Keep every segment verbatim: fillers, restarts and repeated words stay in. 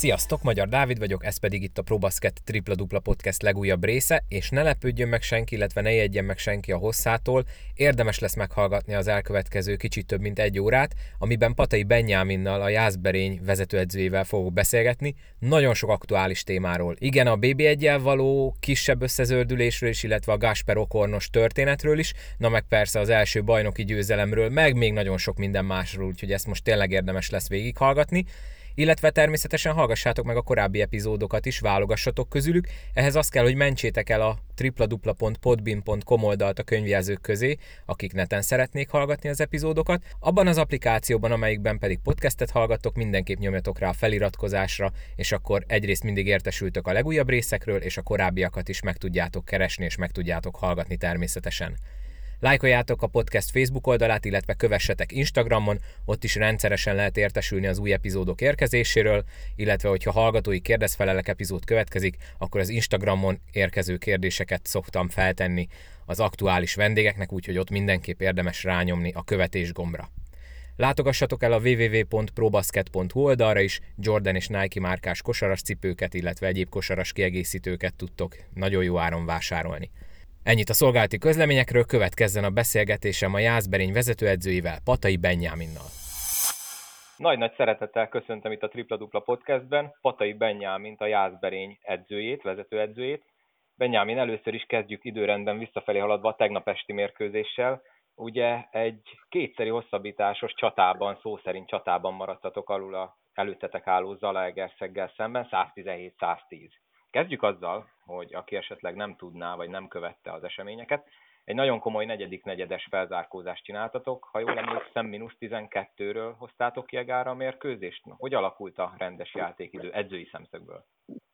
Sziasztok, Magyar Dávid vagyok, ez pedig itt a ProBasket Tripla Dupla Podcast legújabb része, és ne lepődjön meg senki, illetve ne ijedjen meg senki a hosszától, érdemes lesz meghallgatni az elkövetkező kicsit több mint egy órát, amiben Patai Benyáminnal, a Jászberény vezetőedzőjével fogok beszélgetni, nagyon sok aktuális témáról. Igen, a bé bé egyel való kisebb összezördülésről is, illetve a Gasper Okornos történetről is, na meg persze az első bajnoki győzelemről, meg még nagyon sok minden másról, úgyhogy ezt most tényleg érdemes lesz végighallgatni. Illetve természetesen hallgassátok meg a korábbi epizódokat is, válogassatok közülük. Ehhez az kell, hogy mentsétek el a tripladupla pont podbean pont com oldalt a könyvjelzők közé, akik neten szeretnék hallgatni az epizódokat. Abban az applikációban, amelyikben pedig podcastet hallgattok, mindenképp nyomjatok rá a feliratkozásra, és akkor egyrészt mindig értesültök a legújabb részekről, és a korábbiakat is meg tudjátok keresni, és meg tudjátok hallgatni természetesen. Lájkoljátok a podcast Facebook oldalát, illetve kövessetek Instagramon, ott is rendszeresen lehet értesülni az új epizódok érkezéséről, illetve hogyha hallgatói kérdezfelelek epizód következik, akkor az Instagramon érkező kérdéseket szoktam feltenni az aktuális vendégeknek, úgyhogy ott mindenképp érdemes rányomni a követés gombra. Látogassatok el a double-u double-u double-u pont probasket pont hu oldalra is, Jordan és Nike márkás kosaras cipőket, illetve egyéb kosaras kiegészítőket tudtok nagyon jó áron vásárolni. Ennyit a szolgálati közleményekről, következzen a beszélgetésem a Jászberény vezetőedzőjével, Patai Benyáminnal. Nagy-nagy szeretettel köszöntöm itt a Tripla Dupla Podcastben Patai Benyámint, a Jászberény edzőjét, vezetőedzőjét. Benyámin, először is kezdjük időrendben visszafelé haladva a tegnap esti mérkőzéssel. Ugye egy kétszeri hosszabbításos csatában, szó szerint csatában maradtatok alul a előttetek álló Zalaegerszeggel szemben, száztizenhét száztíz. Kezdjük azzal, hogy aki esetleg nem tudná, vagy nem követte az eseményeket, egy nagyon komoly negyedik negyedes felzárkózást csináltatok. Ha jól emlékszem, mínusz tizenkettőről hoztátok ki egára a mérkőzést. Hogy alakult a rendes játékidő edzői szemszögből?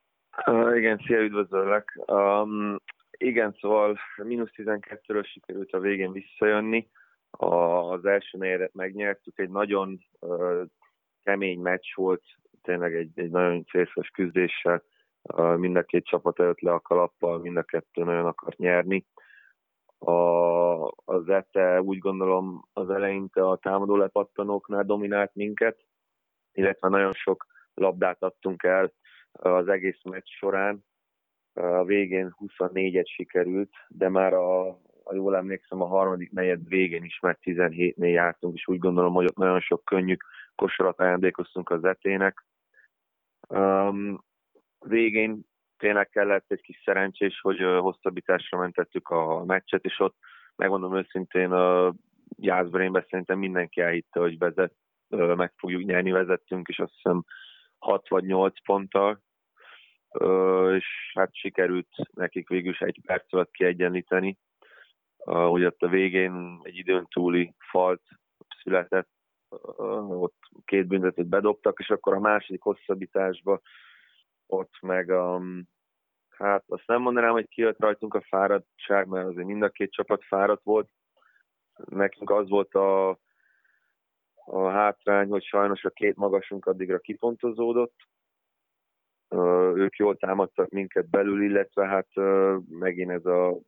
Uh, igen, szia, üdvözöllek. Um, igen, szóval mínusz tizenkettőről sikerült a végén visszajönni. A, az első negyedet megnyertük, egy nagyon uh, kemény meccs volt, tényleg egy, egy nagyon férfias küzdéssel. Mind a két csapat előtt le a kalappal, mind a kettő nagyon akart nyerni. A, az Ete úgy gondolom az eleinte a támadó lepattanóknál dominált minket, illetve nagyon sok labdát adtunk el az egész meccs során. A végén huszonnégyet sikerült, de már a, a jól emlékszem, a harmadik negyed végén is már tizenhétnél jártunk, és úgy gondolom, hogy ott nagyon sok könnyű kosarat ajándékoztunk az Etének. Um, Végén tényleg kellett egy kis szerencsés, hogy hosszabbításra mentettük a meccset, és ott megmondom őszintén a Jászberényben szerintem mindenki elhitte, hogy vezet, meg fogjuk nyerni, vezettünk, és azt hiszem hat vagy nyolc ponttal, és hát sikerült nekik végül is egy perc alatt kiegyenlíteni. Ugye ott a végén egy időn túli falt született, ott két büntetőt bedobtak, és akkor a második hosszabbításba ott meg, um, hát azt nem mondanám, hogy kijött rajtunk a fáradtság, mert azért mind a két csapat fáradt volt. Nekünk az volt a, a hátrány, hogy sajnos a két magasunk addigra kipontozódott. Uh, ők jól támadtak minket belül, illetve hát uh, megint ez a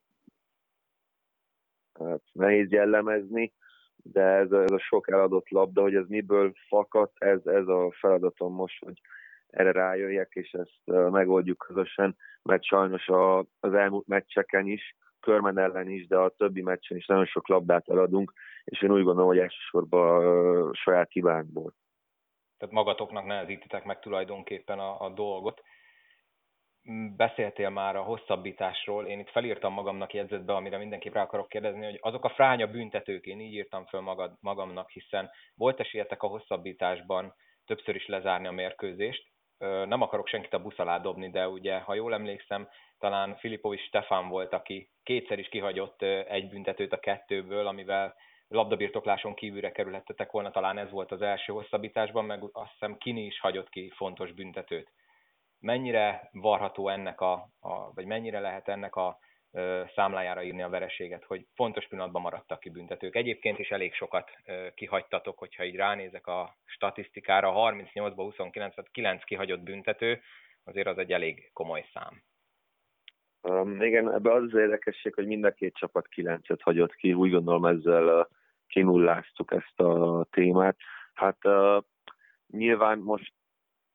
hát nehéz jellemezni, de ez a, ez a sok eladott labda, hogy ez miből fakadt, ez, ez a feladatom most, hogy erre rájöjjek, és ezt uh, megoldjuk közösen, mert sajnos a, az elmúlt meccseken is, Körmen ellen is, de a többi meccsen is nagyon sok labdát eladunk, és én úgy gondolom, hogy elsősorban uh, saját hibánkból. Tehát magatoknak nehezítitek meg tulajdonképpen a, a dolgot. Beszéltél már a hosszabbításról, én itt felírtam magamnak jegyzetbe, amire mindenképp rá akarok kérdezni, hogy azok a fránya büntetők, én így írtam föl magad, magamnak, hiszen volt esélyetek a hosszabbításban többször is lezárni a mérkőzést. Nem akarok senkit a busz alá dobni, de ugye, ha jól emlékszem, talán Filipovics Stefán volt, aki kétszer is kihagyott egy büntetőt a kettőből, amivel labdabirtokláson kívülre kerülhettetek volna, talán ez volt az első hosszabbításban, meg azt hiszem Kini is hagyott ki fontos büntetőt. Mennyire varható ennek a, a vagy mennyire lehet ennek a ö, számlájára írni a vereséget, hogy fontos pillanatban maradtak ki büntetők? Egyébként is elég sokat ö, kihagytatok, hogyha így ránézek a statisztikára, harmincnyolcba huszonkilenc, tehát kilenc kihagyott büntető, azért az egy elég komoly szám. Um, igen, ebben az az érdekesség, hogy mind a két csapat kilencet hagyott ki, úgy gondolom ezzel uh, kinulláztuk ezt a témát. Hát uh, nyilván most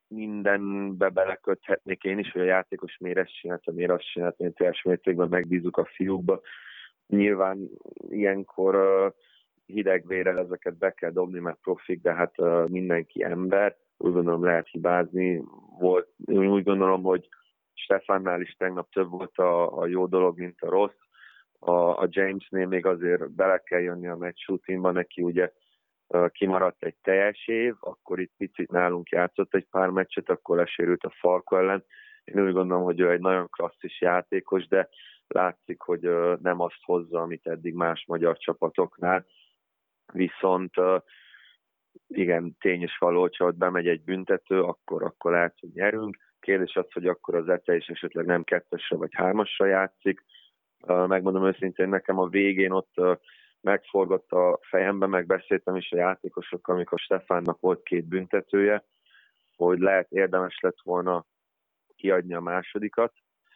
mindenbe beleköthetnék én is, hogy a játékos miért ezt csinálta, miért azt csinálta, miért teljes mértékben megbízunk a fiúkba. Nyilván ilyenkor uh, hidegvérrel ezeket be kell dobni, mert profik, de hát uh, mindenki ember. Úgy gondolom lehet hibázni. Volt, úgy gondolom, hogy Stefánnál is tegnap több volt a, a jó dolog, mint a rossz. A, a Jamesnél még azért bele kell jönni a match shootingba, neki ugye uh, kimaradt egy teljes év, akkor itt picit nálunk játszott egy pár meccset, akkor lesérült a Falko ellen. Én úgy gondolom, hogy ő egy nagyon klasszis játékos, de látszik, hogy uh, nem azt hozza, amit eddig más magyar csapatoknál. Viszont uh, igen, tény is való, hogyha ott bemegy egy büntető, akkor, akkor lehet, hogy nyerünk. Kérdés az, hogy akkor az Ete is esetleg nem kettesre vagy hármasra játszik. Uh, megmondom őszintén, nekem a végén ott uh, megforgott a fejembe, megbeszéltem is a játékosokkal, amikor Stefánnak volt két büntetője, hogy lehet érdemes lett volna kiadni a másodikat.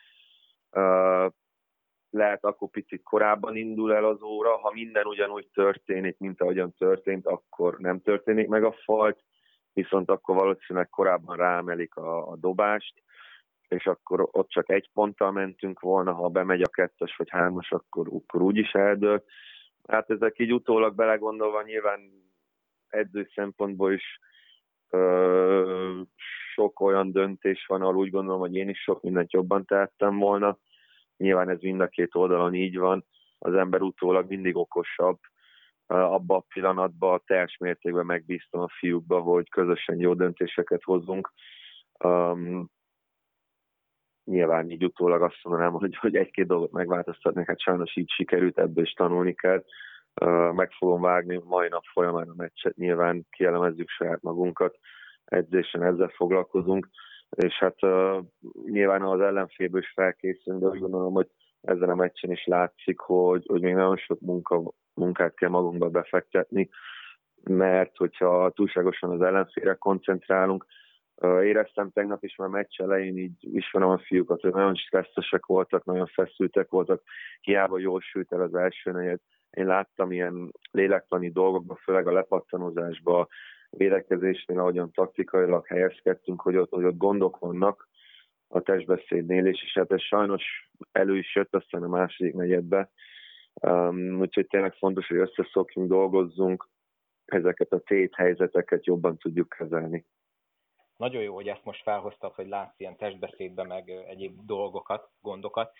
Uh, lehet akkor picit korábban indul el az óra, ha minden ugyanúgy történik, mint ahogyan történt, akkor nem történik meg a falt, viszont akkor valószínűleg korábban ráemelik a, a dobást, és akkor ott csak egy ponttal mentünk volna, ha bemegy a kettes vagy hármas, akkor, akkor úgyis eldől. Hát ezek így utólag belegondolva nyilván edző szempontból is ö, sok olyan döntés van, ahol úgy gondolom, hogy én is sok mindent jobban tehettem volna. Nyilván ez mind a két oldalon így van. Az ember utólag mindig okosabb. Abban a pillanatban teljes mértékben megbíztam a fiúkba, hogy közösen jó döntéseket hozzunk. Um, nyilván így utólag azt mondanám, hogy, hogy egy-két dolgot megváltoztatni, hát sajnos így sikerült, ebből is tanulni kell. Uh, meg fogom vágni mai nap folyamán a meccset, nyilván kielemezzük saját magunkat, edzésen ezzel foglalkozunk, és hát uh, nyilván az ellenfélből is felkészülünk, de úgy gondolom, hogy ezen a meccsen is látszik, hogy, hogy még nagyon sok munka, munkát kell magunkba befektetni, mert hogyha túlságosan az ellenfélre koncentrálunk, uh, éreztem tegnap is már meccs elején, így ismerem a fiúkat, hogy nagyon stresszesek voltak, nagyon feszültek voltak, hiába jól sült el az első negyed. Én láttam ilyen lélektani dolgokban, főleg a lepattanozásban, védekezésnél, ahogyan taktikailag helyezkedtünk, hogy ott, hogy ott gondok vannak a testbeszédnél, és, és hát ez sajnos elő is jött aztán a második negyedbe. Um, úgyhogy tényleg fontos, hogy összeszokjunk, dolgozzunk, ezeket a téthelyzeteket jobban tudjuk kezelni. Nagyon jó, hogy ezt most felhoztad, hogy látsz ilyen testbeszédbe, meg egyéb dolgokat, gondokat.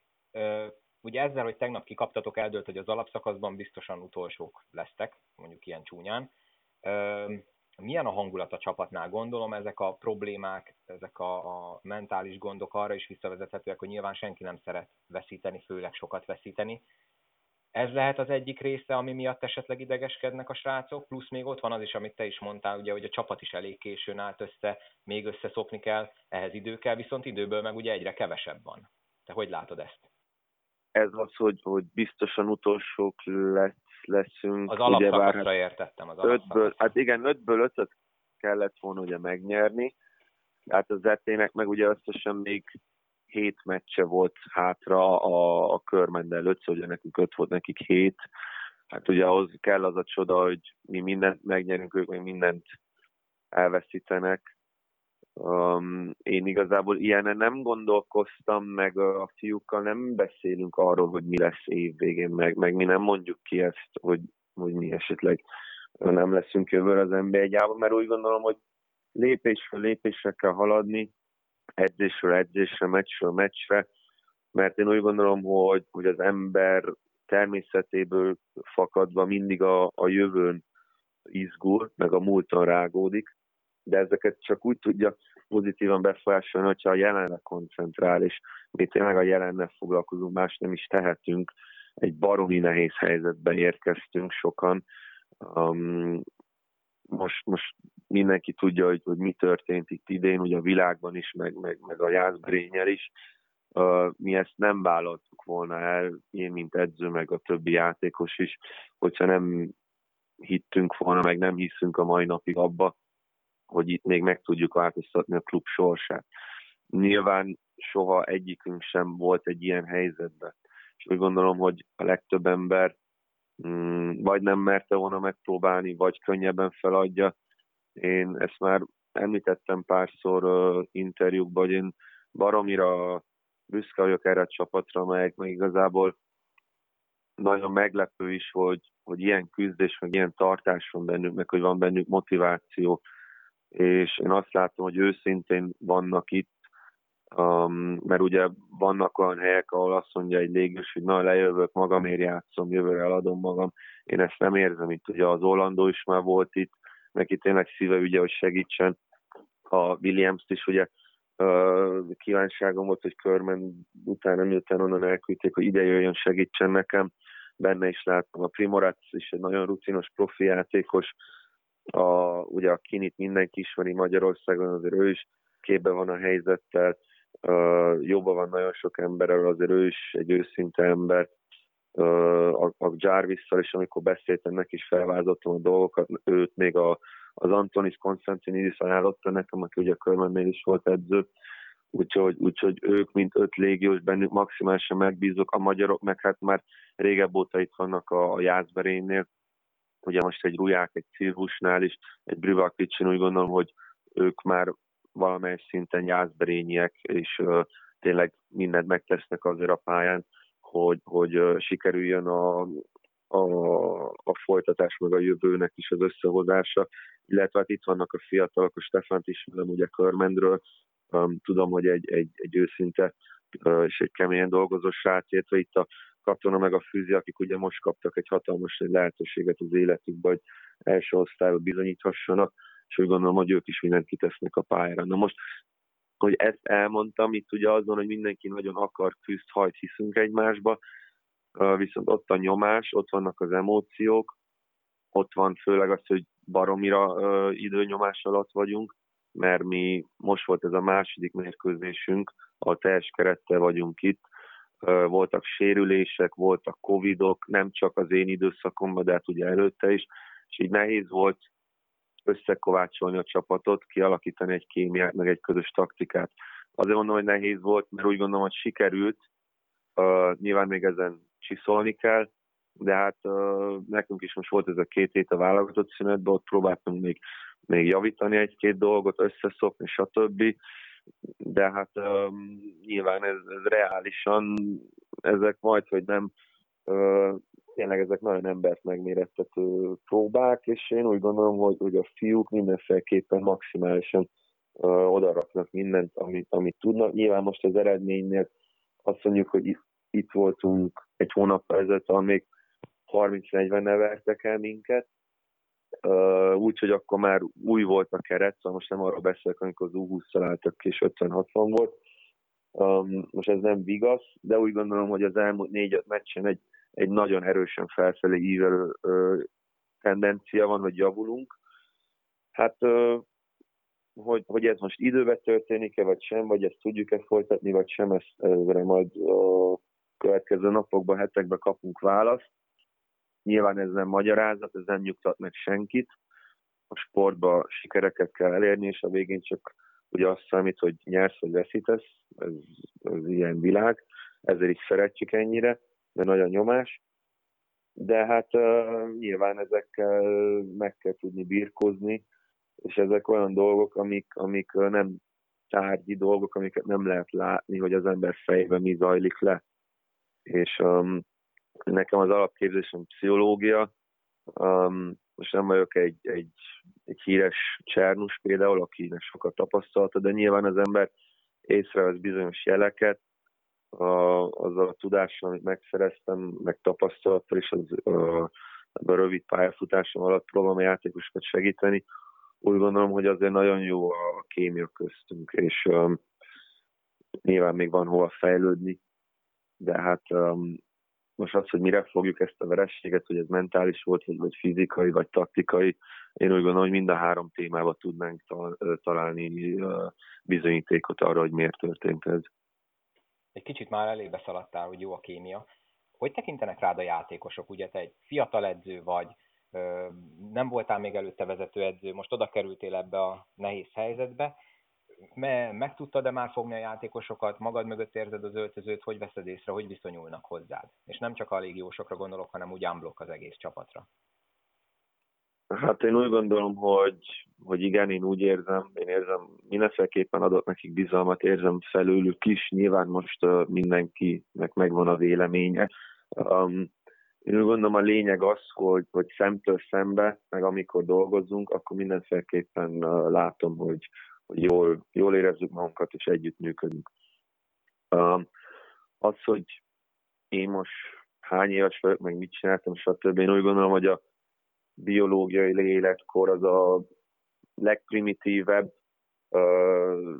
Ugye ezzel, hogy tegnap kikaptatok, eldőlt, hogy az alapszakaszban biztosan utolsók lesztek, mondjuk ilyen csúnyán. Milyen a hangulat a csapatnál? Gondolom ezek a problémák, ezek a, a mentális gondok arra is visszavezethetőek, hogy nyilván senki nem szeret veszíteni, főleg sokat veszíteni. Ez lehet az egyik része, ami miatt esetleg idegeskednek a srácok, plusz még ott van az is, amit te is mondtál, ugye, hogy a csapat is elég későn állt össze, még összeszokni kell, ehhez idő kell, viszont időből meg ugye egyre kevesebb van. Te hogy látod ezt? Ez az, hogy, hogy biztosan utolsók lesz, leszünk. Az alapszakaszra értettem. Az ötből, hát igen, ötből ötöt kellett volna ugye megnyerni. Hát az Etének meg ugye összesen még hét meccse volt hátra a, a körmend előtt, szóval ugye nekünk öt volt, nekik hét. Hát ugye ahhoz kell az a csoda, hogy mi mindent megnyerünk, ők még mindent elveszítenek. Um, én igazából ilyenen nem gondolkoztam, meg a fiúkkal nem beszélünk arról, hogy mi lesz évvégén, meg, meg mi nem mondjuk ki ezt, hogy, hogy mi esetleg nem leszünk jövőre az en bé egy-ában, mert úgy gondolom, hogy lépésről lépésre kell haladni, edzésről edzésre, meccsről meccsre, mert én úgy gondolom, hogy, hogy az ember természetéből fakadva mindig a, a jövőn izgul, meg a múlton rágódik, de ezeket csak úgy tudja pozitívan befolyásolni, hogyha a jelenre koncentrál, és mi tényleg a jelennel foglalkozunk, más nem is tehetünk. Egy baromi nehéz helyzetben érkeztünk sokan. Um, most, most mindenki tudja, hogy, hogy mi történt itt idén, ugye a világban is, meg, meg, meg a Jászberényel is. Uh, mi ezt nem vállaltuk volna el, én, mint edző, meg a többi játékos is, hogyha nem hittünk volna, meg nem hiszünk a mai napig abba, hogy itt még meg tudjuk változtatni a klub sorsát. Nyilván soha egyikünk sem volt egy ilyen helyzetben. És úgy gondolom, hogy a legtöbb ember mm, vagy nem merte volna megpróbálni, vagy könnyebben feladja. Én ezt már említettem párszor uh, interjúkban, hogy én baromira büszke vagyok erre a csapatra, meg, meg igazából nagyon meglepő is, hogy, hogy ilyen küzdés, meg ilyen tartás van bennük, meg hogy van bennük motiváció. És én azt látom, hogy őszintén vannak itt, um, mert ugye vannak olyan helyek, ahol azt mondja egy légős, hogy na, lejövök, magamért játszom, jövőre eladom magam. Én ezt nem érzem itt. Ugye az Orlandó is már volt itt, neki tényleg szíve ügye, hogy segítsen. A Williams-t is ugye uh, kívánságom volt, hogy Körmen utána, miután onnan elküldték, hogy ide jöjjön, segítsen nekem. Benne is látom. A Primorac is egy nagyon rutinos profi játékos. A, ugye a Kinit mindenki ismeri Magyarországon, azért ő is képbe van a helyzettel. Uh, jobban van nagyon sok emberrel, azért ő is egy őszinte ember. Uh, a, a Jarvis-szal is, amikor beszéltem, neki is felvázoltam a dolgokat, őt még a, az Antonis Konstantinidis ajánlotta nekem, aki ugye a Körmennél is volt edző, úgyhogy, úgyhogy ők, mint öt légiós, bennük maximálisan megbízok, a magyarok meg hát már régebb óta itt vannak a, a Jászberénynél, ugye most egy Ruják, egy Cirhusnál is, egy Brüvakvicsin, úgy gondolom, hogy ők már valamely szinten jászberényiek, és uh, tényleg mindent megtesznek azért a pályán, hogy, hogy uh, sikerüljön a, a, a folytatás, meg a jövőnek is az összehozása, illetve hát itt vannak a fiatalok, a Stefánt ismerem ugye Körmendről, um, tudom, hogy egy, egy, egy őszinte uh, és egy keményen dolgozó srác, illetve itt a Katona meg a Fűzi, akik ugye most kaptak egy hatalmas lehetőséget az életükbe, hogy első osztályba bizonyíthassanak, és úgy gondolom, hogy ők is mindent kitesznek a pályára. Na most, hogy ezt elmondtam, itt ugye azon, hogy mindenki nagyon akar, küzd, hajt, hiszünk egymásba, viszont ott a nyomás, ott vannak az emóciók, ott van főleg az, hogy baromira időnyomás alatt vagyunk, mert mi most volt ez a második mérkőzésünk, a teljes kerettel vagyunk itt, voltak sérülések, voltak covidok, nem csak az én időszakomban, de hát ugye előtte is, és így nehéz volt összekovácsolni a csapatot, kialakítani egy kémiát, meg egy közös taktikát. Azért mondom, hogy nehéz volt, mert úgy gondolom, hogy sikerült, uh, nyilván még ezen csiszolni kell, de hát uh, nekünk is most volt ez a két hét a válogatott szünetben, ott próbáltunk még, még javítani egy-két dolgot, összeszokni, stb. De hát um, nyilván ez, ez reálisan, ezek majd, hogy nem, uh, tényleg ezek nagyon embert megmérettető próbák, és én úgy gondolom, hogy, hogy a fiúk mindenféleképpen maximálisan uh, odaraknak mindent, amit, amit tudnak. Nyilván most az eredménynél azt mondjuk, hogy itt, itt voltunk egy hónap ezelőtt, ahol még harminc-negyven vertek el minket, Uh, úgyhogy akkor már új volt a keret, szóval most nem arról beszélek, amikor az U húsz-szal álltak és ötven-hatvan volt. Um, most ez nem vigasz, de úgy gondolom, hogy az elmúlt négy-öt meccsen egy, egy nagyon erősen felfelé ívelő uh, tendencia van, hogy javulunk. Hát, uh, hogy, hogy ez most időben történik-e, vagy sem, vagy ezt tudjuk-e folytatni, vagy sem, ezt ezre majd a következő napokban, hetekben kapunk választ. Nyilván ez nem magyarázat, ez nem nyugtat meg senkit. A sportban sikereket kell elérni, és a végén csak ugye azt számít, hogy nyersz vagy veszítesz, ez, ez ilyen világ, ezért is szeretjük ennyire, de nagy a nyomás. De hát uh, nyilván ezekkel meg kell tudni birkózni, és ezek olyan dolgok, amik, amik nem tárgyi dolgok, amiket nem lehet látni, hogy az ember fejében mi zajlik le. És um, nekem az alapképzésem pszichológia, um, most nem vagyok egy, egy, egy híres Csernus például, akinek sokat tapasztalta, de nyilván az ember észrevesz bizonyos jeleket, a, azzal a tudással, amit megszereztem, meg tapasztalattal, és az, a, a rövid pályafutásom alatt próbálom a játékosokat segíteni. Úgy gondolom, hogy azért nagyon jó a kémia köztünk, és um, nyilván még van hova fejlődni, de hát um, most az, hogy mire fogjuk ezt a verességet, hogy ez mentális volt, vagy, vagy fizikai, vagy taktikai, én úgy gondolom, hogy mind a három témában tudnánk találni bizonyítékot arra, hogy miért történt ez. Egy kicsit már elébe szaladtál, hogy jó a kémia. Hogy tekintenek rád a játékosok? Ugye te egy fiatal edző vagy, nem voltál még előtte vezetőedző, most oda kerültél ebbe a nehéz helyzetbe. Meg tudtad-e már fogni a játékosokat, magad mögött érzed az öltözőt, hogy veszed észre, hogy viszonyulnak hozzád? És nem csak a légiósokra gondolok, hanem úgy unblock az egész csapatra. Hát én úgy gondolom, hogy, hogy igen, én úgy érzem, én érzem, mindenféleképpen adott nekik bizalmat, érzem felőlük is, nyilván most uh, mindenkinek megvan a véleménye. Um, én úgy gondolom, a lényeg az, hogy, hogy szemtől szembe, meg amikor dolgozunk, akkor mindenféleképpen uh, látom, hogy, hogy jól, jól érezzük magunkat, és együttműködünk. Um, az, hogy én most hány éves vagyok, meg mit csináltam, stb. Én úgy gondolom, hogy a biológiai léletkor az a legprimitívebb, uh,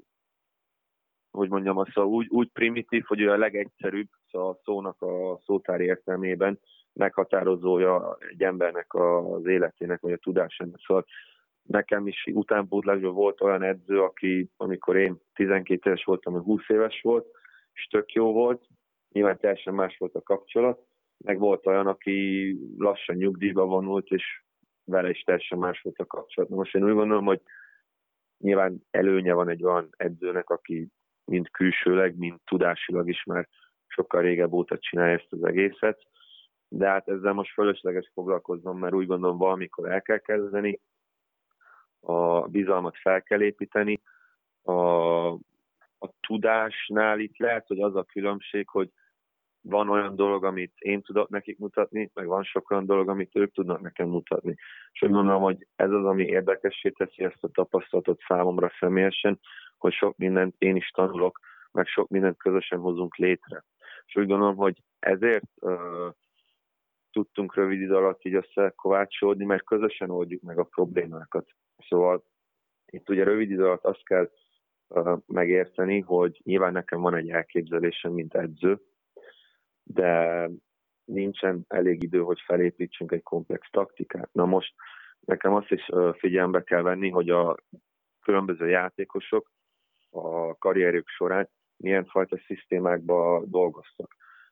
hogy mondjam, az szóval úgy, úgy primitív, hogy a legegyszerűbb, szóval a szónak a szótári értelmében meghatározója egy embernek az életének, vagy a tudásának. Szóval nekem is utánpótlásban volt olyan edző, aki, amikor én tizenkét éves voltam, húsz éves volt, és tök jó volt, nyilván teljesen más volt a kapcsolat, meg volt olyan, aki lassan nyugdíjba vonult, és vele is teljesen más volt a kapcsolat. Most én úgy gondolom, hogy nyilván előnye van egy olyan edzőnek, aki mind külsőleg, mind tudásilag is már sokkal régebb óta csinálja ezt az egészet, de hát ezzel most fölösleges foglalkoznom, mert úgy gondolom, valamikor el kell kezdeni, a bizalmat fel kell építeni, a, a tudásnál itt lehet, hogy az a különbség, hogy van olyan dolog, amit én tudok nekik mutatni, meg van sok olyan dolog, amit ők tudnak nekem mutatni. És úgy gondolom, hogy ez az, ami érdekessé teszi ezt a tapasztalatot számomra személyesen, hogy sok mindent én is tanulok, meg sok mindent közösen hozunk létre. És úgy gondolom, hogy ezért uh, tudtunk rövid idő alatt így összekovácsolódni, mert közösen oldjuk meg a problémákat. Szóval itt ugye rövid idő alatt azt kell uh, megérteni, hogy nyilván nekem van egy elképzelésem, mint edző, de nincsen elég idő, hogy felépítsünk egy komplex taktikát. Na most nekem azt is figyelembe kell venni, hogy a különböző játékosok a karrierjük során milyen fajta szisztémákban dolgoztak.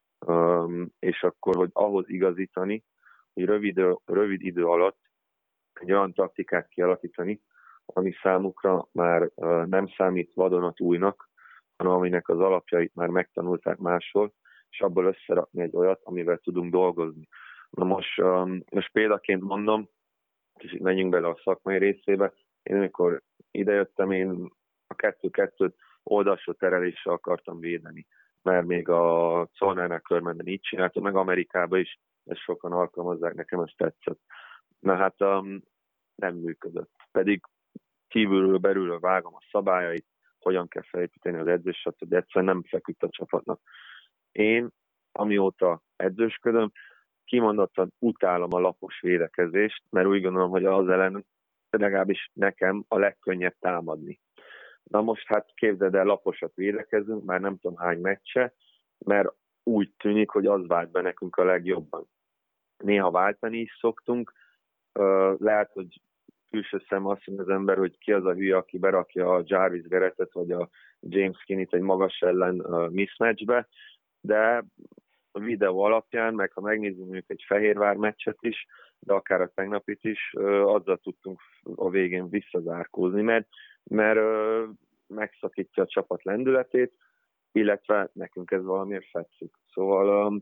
Um, és akkor, hogy ahhoz igazítani, hogy rövid, rövid idő alatt egy olyan taktikát kialakítani, ami számukra már uh, nem számít vadonatújnak, hanem aminek az alapjait már megtanulták máshol, és abból összerakni egy olyat, amivel tudunk dolgozni. Na most, um, most példaként mondom, és menjünk bele a szakmai részébe, én amikor idejöttem, én a kettő-kettőt oldalsó tereléssel akartam védeni, mert még a Czolnánál körmenden így csináltam, meg Amerikában is, ezt sokan alkalmazzák, nekem ez tetszett. Na hát um, nem működött. Pedig kívülről, belülről vágom a szabályait, hogyan kell felépíteni az edzést, de egyszerűen nem feküdt a csapatnak. Én, amióta edzősködöm, kimondottan utálom a lapos védekezést, mert úgy gondolom, hogy az ellen legalábbis nekem a legkönnyebb támadni. Na most hát képzeld el, laposat védekezünk, már nem tudom hány meccse, mert úgy tűnik, hogy az vált be nekünk a legjobban. Néha váltani is szoktunk, lehet, hogy külső szem azt mondja az ember, hogy ki az a hülye, aki berakja a Jarvis Garrettet vagy a James Kinnit egy magas ellen mismatchbe, de a videó alapján, meg ha megnézzük mondjuk egy Fehérvár meccset is, de akár a tegnapit is, azzal tudtunk a végén visszazárkózni, mert, mert megszakítja a csapat lendületét, illetve nekünk ez valamiért fekszik. Szóval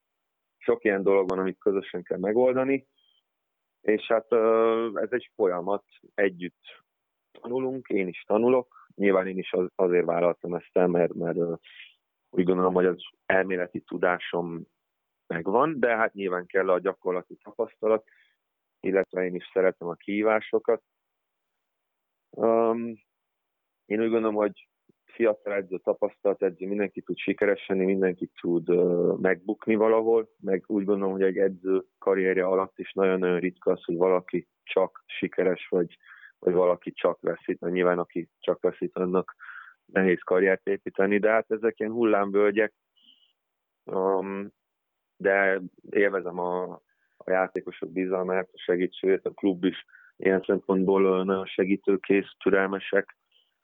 sok ilyen dolog van, amit közösen kell megoldani, és hát ez egy folyamat, együtt tanulunk, én is tanulok, nyilván én is azért vállaltam ezt el, mert, mert úgy gondolom, hogy az elméleti tudásom megvan, de hát nyilván kell a gyakorlati tapasztalat, illetve én is szeretem a kihívásokat. Um, én úgy gondolom, hogy fiatal edző, tapasztalt edző, mindenki tud sikeres lenni, mindenki tud uh, megbukni valahol, meg úgy gondolom, hogy egy edző karrierje alatt is nagyon-nagyon ritka az, hogy valaki csak sikeres, vagy, vagy valaki csak veszít, mert nyilván aki csak veszít, annak nehéz karriert építeni, de hát ezek ilyen hullámvölgyek, um, de élvezem a, a játékosok bizalmát, a segítségét, a klub is ilyen szempontból nagyon segítőkész, türelmesek.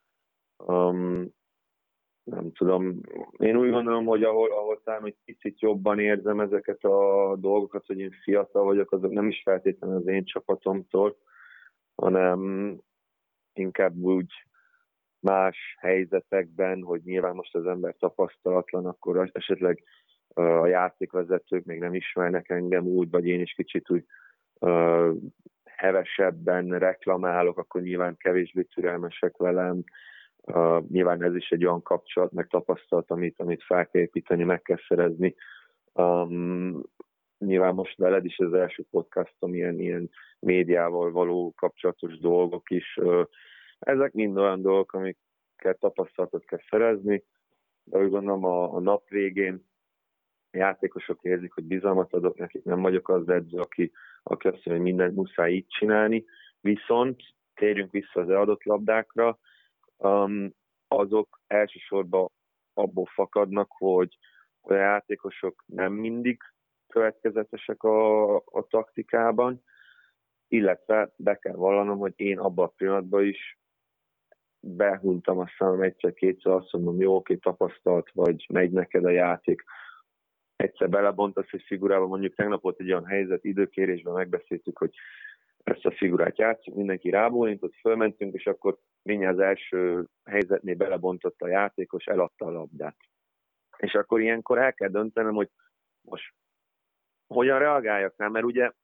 Um, nem tudom, én úgy gondolom, hogy ahol, ahol talán egy picit jobban érzem ezeket a dolgokat, hogy én fiatal vagyok, azok nem is feltétlenül az én csapatomtól, hanem inkább úgy más helyzetekben, hogy nyilván most az ember tapasztalatlan, akkor esetleg a játékvezetők még nem ismernek engem úgy, vagy én is kicsit úgy uh, hevesebben reklamálok, akkor nyilván kevésbé türelmesek velem. Uh, nyilván ez is egy olyan kapcsolat, meg tapasztalat, amit, amit fel kell építeni, meg kell szerezni. Um, nyilván most veled is az első podcastom, ilyen, ilyen médiával való kapcsolatos dolgok is. Uh, ezek mind olyan dolgok, amiket tapasztalatot kell szerezni, de úgy gondolom a, a nap végén a játékosok érzik, hogy bizalmat adok nekik, nem vagyok az edző, aki, aki azt mondja, hogy mindent muszáj így csinálni, viszont térjünk vissza az eladott labdákra, um, azok elsősorban abból fakadnak, hogy a játékosok nem mindig következetesek a, a taktikában, illetve be kell vallanom, hogy én abban a pillanatban is behuntam a számom egyszer-kétszer, azt mondom, jó, oké, tapasztalt vagy, megy neked a játék. Egyszer belebontasz egy figurába, mondjuk tegnap volt egy olyan helyzet, időkérésben megbeszéltük, hogy ezt a figurát játszunk, mindenki rábólintott, fölmentünk, és akkor mindjárt az első helyzetnél belebontott a játékos, eladta a labdát. És akkor ilyenkor el kell döntenem, hogy most hogyan reagáljak rá, mert ugye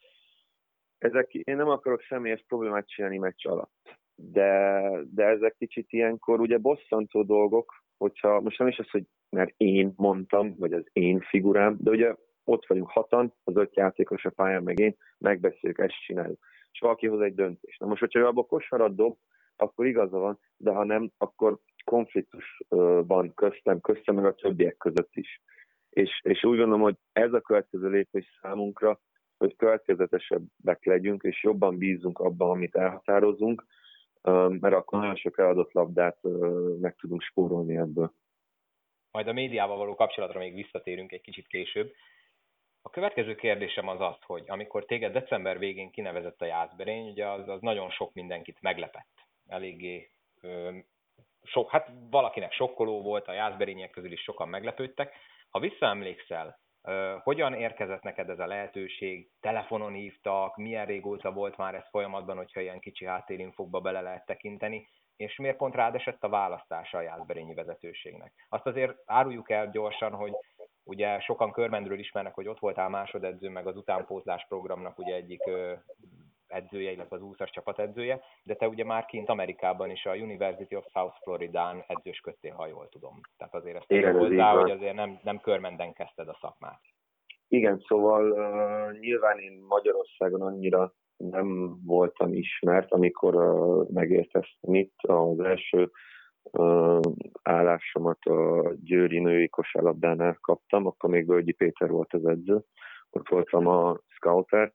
ezek, én nem akarok személyes problémát csinálni meccs alatt, de, de ezek kicsit ilyenkor ugye bosszantó dolgok, hogyha most nem is az, hogy mert én mondtam, vagy az én figurám, de ugye ott vagyunk hatan, az öt játékos a pályán, meg én, megbeszéljük, ezt csináljuk. És valaki hoz egy döntést. Na most, hogyha ő abba kosarat dob, akkor igaza van, de ha nem, akkor konfliktus van köztem, köztem meg a többiek között is. És, és úgy gondolom, hogy ez a következő lépés számunkra, hogy következetesebbek legyünk, és jobban bízunk abban, amit elhatározunk, mert akkor nagyon sok eladott labdát meg tudunk spórolni ebből. Majd a médiával való kapcsolatra még visszatérünk egy kicsit később. A következő kérdésem az az, hogy amikor téged december végén kinevezett a Jászberény, ugye az, az nagyon sok mindenkit meglepett. Eléggé ö, sok, hát valakinek sokkoló volt, a Jászberények közül is sokan meglepődtek. Ha visszaemlékszel, ö, hogyan érkezett neked ez a lehetőség? Telefonon hívtak, milyen régóta volt már ez folyamatban, hogyha ilyen kicsi háttérinfokba bele lehet tekinteni, és miért pont rád esett a választása a jászberényi vezetőségnek? Azt azért áruljuk el gyorsan, hogy ugye sokan Körmendről ismernek, hogy ott voltál másodedző, meg az utánpótlás programnak ugye egyik ö, edzője, illetve az úszás csapatedzője, de te ugye már kint Amerikában is a University of South Floridán edzősködtél, ha jól tudom. Tehát azért ezt tegyük hozzá, hogy azért nem, nem Körmenden kezdted a szakmát. Igen, szóval uh, nyilván én Magyarországon annyira nem voltam ismert, amikor uh, megérkeztem itt. Az első uh, állásomat a győri női kosárlabdánál kaptam, akkor még Völgyi Péter volt az edző, ott voltam a scouter.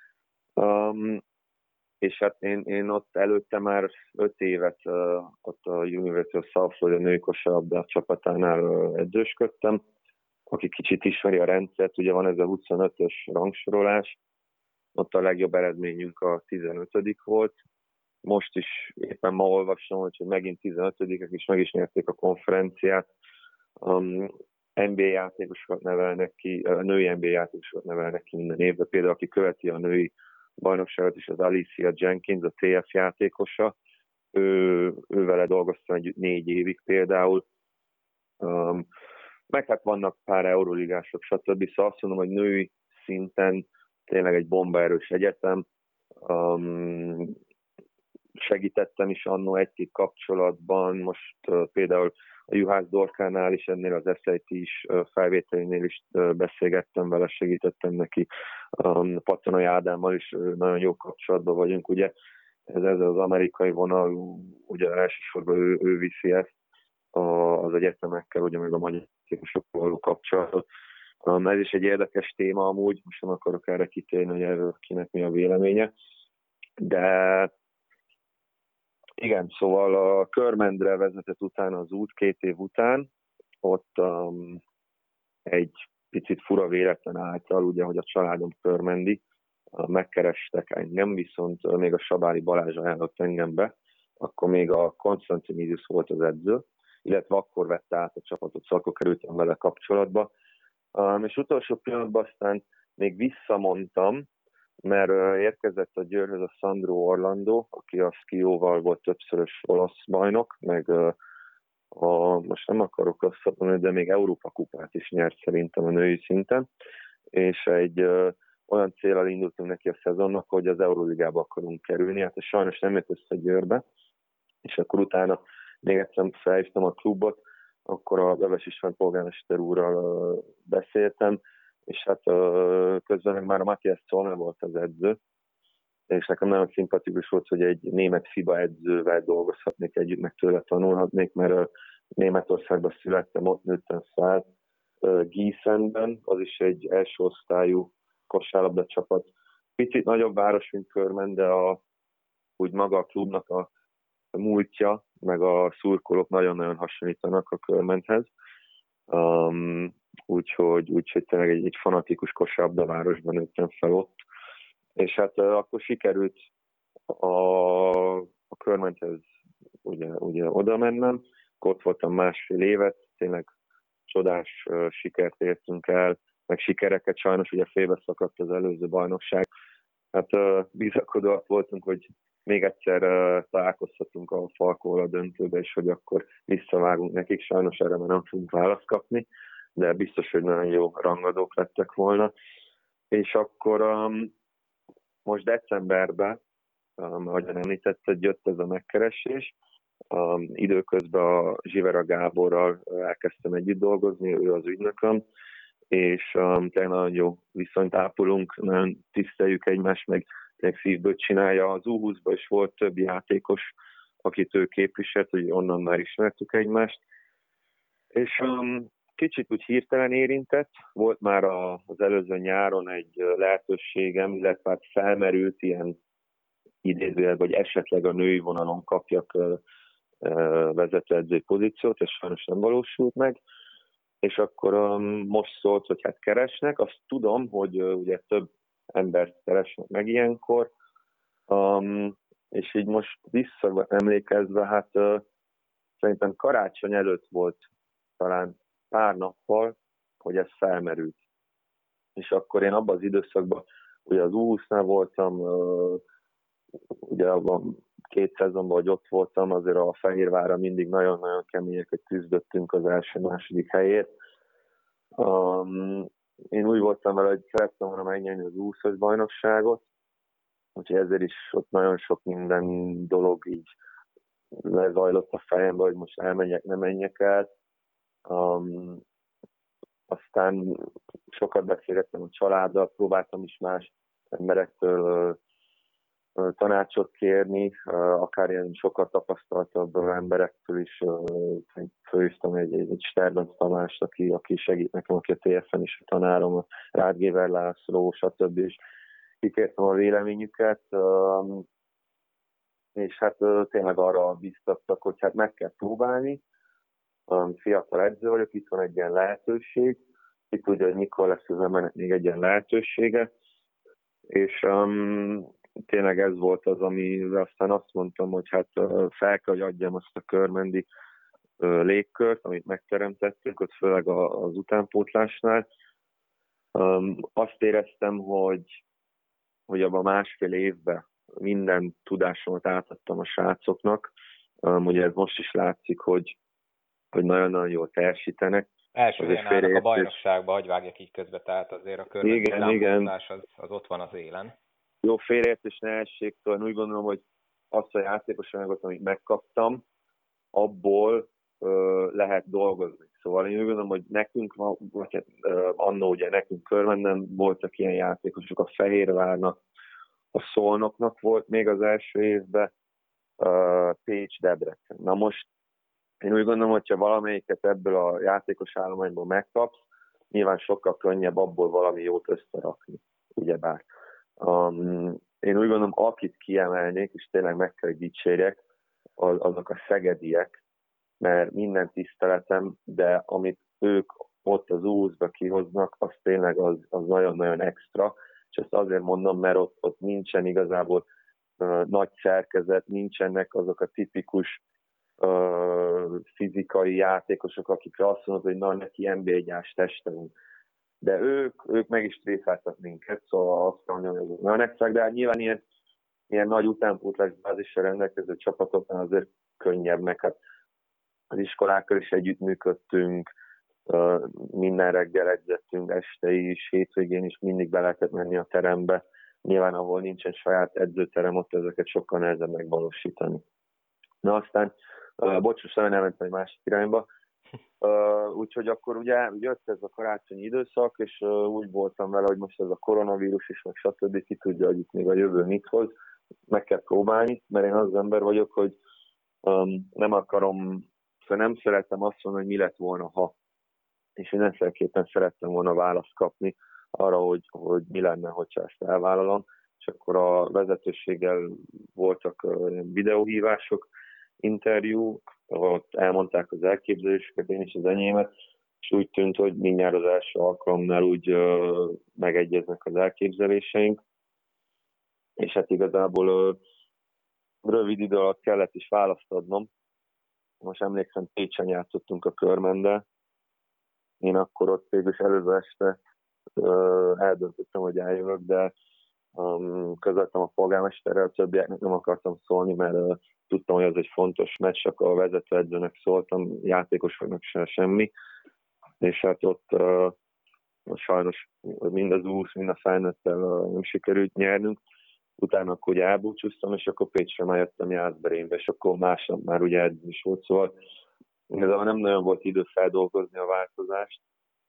Um, és hát én, én ott előtte már öt évet uh, ott a University of South Florida női kosárlabda csapatánál uh, edzősködtem. Aki kicsit ismeri a rendszert, ugye van ez a huszonötös rangsorolás, ott a legjobb eredményünk a tizenötödik volt. Most is éppen ma olvastam, hogy megint tizenötödikek is meg is nyerték a konferenciát. Um, en bé á játékosokat nevelnek ki, a női en bé á játékosokat nevelnek ki minden évben. Például aki követi a női bajnokságot is, az Alicia Jenkins, a té ef játékosa. Ő, ő vele dolgoztam együtt négy évig például. Um, meg hát vannak pár euroligások, stb. Szóval azt mondom, hogy női szinten tényleg egy bombaerős egyetem. Um, segítettem is annó egy-két kapcsolatban, most uh, például a Juhász Dorkánál is, ennél az es i té is uh, felvételénél is uh, beszélgettem vele, segítettem neki. Um, Patonai Ádámmal is uh, nagyon jó kapcsolatban vagyunk, ugye ez, ez az amerikai vonal, ugye elsősorban ő, ő viszi ezt a, az egyetemekkel, ugye meg a magyar játékosokkal való kapcsolatot. Um, ez is egy érdekes téma amúgy, most nem akarok erre kitérni, hogy erről kinek mi a véleménye, de igen, szóval a Körmendre vezetett utána az út két év után, ott um, egy picit fura véletlen által, ugye, hogy a családom körmendi, uh, megkerestek engem, viszont uh, még a Sabári Balázs ajánlott engem be, akkor még a Konstantinidis volt az edző, illetve akkor vette át a csapatot, szóval akkor kerültem vele kapcsolatba. Um, és utolsó pillanatban aztán még visszamondtam, mert uh, érkezett a Győrhöz a Sandro Orlando, aki a skióval volt többszörös olasz bajnok, meg uh, a, most nem akarok rosszat mondani, de még Európa kupát is nyert szerintem a női szinten, és egy uh, olyan céllal indultunk neki a szezonnak, hogy az Euróligába akarunk kerülni, hát ez sajnos nem jött össze Győrbe, és akkor utána még egyszer felhívtam a klubot, akkor a Beves István polgármester úrral beszéltem, és hát közben meg már a Matthias Zollner volt az edző, és nekem nagyon szimpatikus volt, hogy egy német FIBA edzővel dolgozhatnék együtt, meg tőle tanulhatnék, mert Németországban születtem, ott nőttem fel, Gießenben, az is egy első osztályú kosárlabda csapat. Picit nagyobb város, mint Körmen, de a, úgy maga a klubnak a múltja, meg a szurkolók nagyon-nagyon hasonlítanak a Körmenhez. Um, úgyhogy, úgyhogy tényleg egy, egy fanatikus kosárlabda városban nőttem fel ott. És hát uh, akkor sikerült a, a Körmenhez ugye, ugye oda mennem, ott voltam másfél évet, tényleg csodás uh, sikert értünk el, meg sikereket, sajnos ugye félbe szakadt az előző bajnokság. Hát uh, bizakodóak voltunk, hogy még egyszer uh, találkozhatunk a Falkóval a döntőbe, és hogy akkor visszavágunk nekik, sajnos erre már nem fogunk választ kapni, de biztos, hogy nagyon jó rangadók lettek volna. És akkor um, most decemberben, um, ahogyan említetted, jött ez a megkeresés. Um, időközben a Zsivera Gáborral elkezdtem együtt dolgozni, ő az ügynököm, és um, tényleg nagyon jó viszonyt ápolunk, nagyon tiszteljük egymást, meg tényleg szívből csinálja. Az U húszban is volt több játékos, akit ő képviselt, hogy onnan már ismertük egymást. És um, kicsit úgy hirtelen érintett, volt már a, az előző nyáron egy lehetőségem, illetve hát felmerült ilyen idézőjelben, hogy esetleg a női vonalon kapjak uh, uh, vezetőedzői pozíciót, és sajnos nem valósult meg. És akkor um, most szólt, hogy hát keresnek, azt tudom, hogy uh, ugye több embert keresnek meg ilyenkor, um, és így most visszaemlékezve, hát uh, szerintem karácsony előtt volt talán pár nappal, hogy ez felmerült. És akkor én abban az időszakban, ugye az U húsznál voltam, uh, ugye abban két szezonban, hogy ott voltam, azért a Fehérvárra mindig nagyon-nagyon keményeket küzdöttünk az első-második helyért. Um, én úgy voltam vele, hogy szerettem volna megnyerni az U húszas bajnokságot, úgyhogy ezért is ott nagyon sok minden dolog így lezajlott a fejembe, hogy most elmenjek, nem menjek el. Um, aztán sokat beszélgettem a családdal, próbáltam is más emberektől uh, tanácsot kérni, uh, akár ilyen sokat tapasztaltabb emberektől is uh, fölhívtam egy, egy, egy Sterbenc Tamást, aki, aki segít nekem, aki a té ef en is a tanárom, a Rádgéver László, stb. És kikértem a véleményüket, uh, és hát uh, tényleg arra biztattak, hogy hát meg kell próbálni. Um, fiatal edző vagyok, itt van egy ilyen lehetőség, itt tudja, hogy mikor lesz az embernek még egy ilyen lehetősége, és um, tényleg ez volt az, amire aztán azt mondtam, hogy hát uh, fel kell, hogy adjam azt a körmendi uh, légkört, amit megteremtettünk, ott főleg a, az utánpótlásnál. Um, azt éreztem, hogy, hogy abban másfél évben minden tudásomat átadtam a srácoknak. Um, ugye ez most is látszik, hogy, hogy nagyon-nagyon jól teljesítenek. Első helyen állnak a bajnokságba, hogy vágjak így közbe, tehát azért a körmenti utánpótlás az, az ott van az élen. Jó, félreértés ne essék, szóval úgy gondolom, hogy azt a játékos anyagot, amit megkaptam, abból ö, lehet dolgozni. Szóval én úgy gondolom, hogy nekünk van, vagy ö, annó ugye nekünk Körmenden voltak ilyen játékosok, a Fehérvárnak, a Szolnoknak volt még az első évben, ö, Pécs, Debrecen. Na most én úgy gondolom, hogyha valamelyiket ebből a játékos állományból megkapsz, nyilván sokkal könnyebb abból valami jót összerakni, ugyebár. Um, én úgy gondolom, akit kiemelnék, és tényleg meg kell dicsérjek, az, azok a szegediek, mert minden tiszteletem, de amit ők ott az U húszba kihoznak, az tényleg az, az nagyon-nagyon extra, és ezt azért mondom, mert ott, ott nincsen igazából uh, nagy szerkezet, nincsenek azok a tipikus uh, fizikai játékosok, akikre azt mondod, hogy na, neki en bé egy-ás teste van. De ők, ők meg is tréfáltak minket, szóval azt mondom, hogy azok nagyon extra, de hát nyilván ilyen, ilyen nagy utánpótlás bázissal rendelkező csapatoknál azért könnyebb, meg hát az iskolákkal is együttműködtünk, minden reggel edzettünk, este is, hétvégén is mindig be lehetett menni a terembe. Nyilván, ahol nincsen saját edzőterem, ott ezeket sokkal nehezebb megvalósítani. Na aztán, uh, bocsás, nagyon elmentem egy másik irányba, uh, úgyhogy akkor ugye jött ez a karácsonyi időszak, és uh, úgy voltam vele, hogy most ez a koronavírus is, meg stb. Ki tudja, hogy itt még a jövő mit hoz, meg kell próbálni, mert én az ember vagyok, hogy um, nem akarom, szóval nem szeretem azt mondani, hogy mi lett volna, ha. És én mindenféleképpen szerettem volna választ kapni arra, hogy, hogy mi lenne, hogyha ezt elvállalom. És akkor a vezetőséggel voltak videóhívások, interjúk, ott elmondták az elképzelésüket, én is az enyémet, és úgy tűnt, hogy mindjárt az első alkalomnál úgy uh, megegyeznek az elképzeléseink. És hát igazából uh, rövid idő alatt kellett is választ adnom. Most emlékszem, Pécsen játszottunk a Körmendel. Én akkor ott végül is előző este uh, eldöntöttem, hogy eljövök, de um, közöltem a polgármesterrel, a többieknek nem akartam szólni, mert uh, tudtam, hogy ez egy fontos meccs, csak a vezetőedzőnek szóltam, játékosoknak sem semmi, és hát ott uh, sajnos mind az úsz, mind a felnőttel uh, nem sikerült nyernünk. Utána akkor ugye elbúcsúztam, és akkor Pécsre már jöttem Jászberénybe, és akkor másnap már ugye edző is volt, szóval igazából nem nagyon volt idő feldolgozni a változást,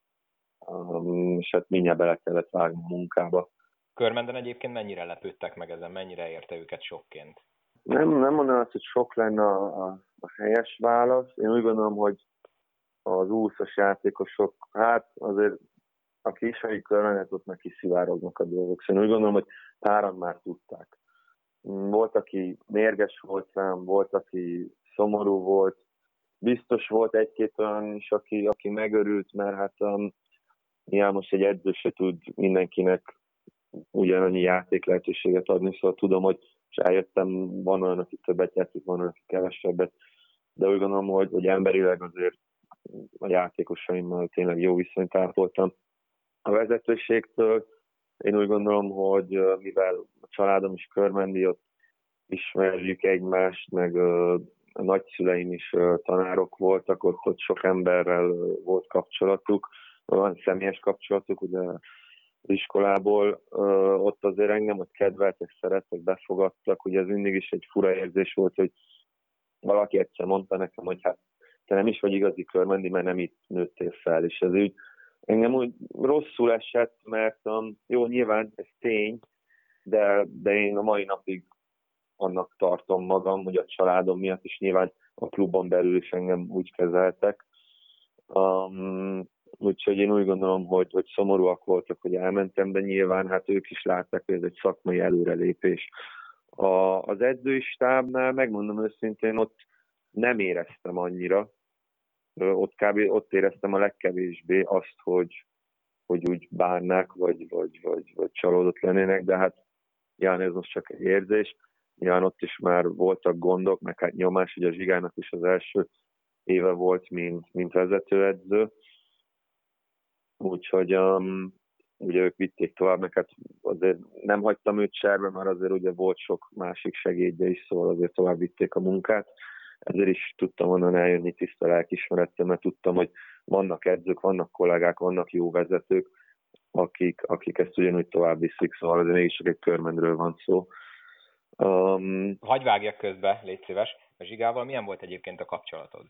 um, és hát mindjárt bele kellett vágni a munkába. Körmenden egyébként mennyire lepődtek meg ezen, mennyire érte őket sokként? Nem, nem mondanám azt, hogy sok lenne a, a, a helyes válasz. Én úgy gondolom, hogy az úszos játékosok, hát azért aki ismeri Körmendet, ott meg kiszivárognak a dolgok. Szóval úgy gondolom, hogy páran már tudták. Volt, aki mérges volt rám, volt, aki szomorú volt, biztos volt egy-két olyan is, aki, aki megörült, mert hát um, nyilván most egy edző se tud mindenkinek ugyanannyi játék lehetőséget adni, szóval tudom, hogy és eljöttem, van olyan, aki többet játszik, van olyan, aki kevesebbet, de úgy gondolom, hogy, hogy emberileg azért a játékosaimmal tényleg jó viszonyt ápoltam. A vezetőségtől én úgy gondolom, hogy mivel a családom is körmendi, ott ismerjük egymást, meg a nagyszüleim is tanárok voltak, ott, ott sok emberrel volt kapcsolatuk, van személyes kapcsolatuk, ugye az iskolából, ott azért engem ott kedveltek, szerettek, befogadtak, ugye ez mindig is egy fura érzés volt, hogy valaki egyszer mondta nekem, hogy hát te nem is vagy igazi körmendi, mert nem itt nőttél fel, és ez úgy engem úgy rosszul esett, mert um, jó, nyilván ez tény, de, de én a mai napig annak tartom magam, hogy a családom miatt is nyilván a klubon belül is engem úgy kezeltek. Um, úgyhogy én úgy gondolom, hogy, hogy szomorúak voltak, hogy elmentem, de nyilván hát ők is látták, hogy ez egy szakmai előrelépés. A, az edzői stábnál, megmondom őszintén, ott nem éreztem annyira. Ott kb. Ott éreztem a legkevésbé azt, hogy, hogy úgy bánnák, vagy, vagy, vagy, vagy csalódott lennének, de hát nyilván ez most csak egy érzés. Nyilván ott is már voltak gondok, meg hát nyomás, hogy a Zsigának is az első éve volt, mint, mint vezetőedző. Úgyhogy um, ugye ők vitték tovább, meg hát azért nem hagytam őt cserbe, mert azért ugye volt sok másik segédje is, szóval azért tovább vitték a munkát. Ezért is tudtam onnan eljönni tiszta lelkismerettel, mert tudtam, hogy vannak edzők, vannak kollégák, vannak jó vezetők, akik, akik ezt ugyanúgy tovább viszik, szóval azért mégis csak egy Körmendről van szó. Um, Hagy vágjak közbe, légy szíves. A Zsigával milyen volt egyébként a kapcsolatod?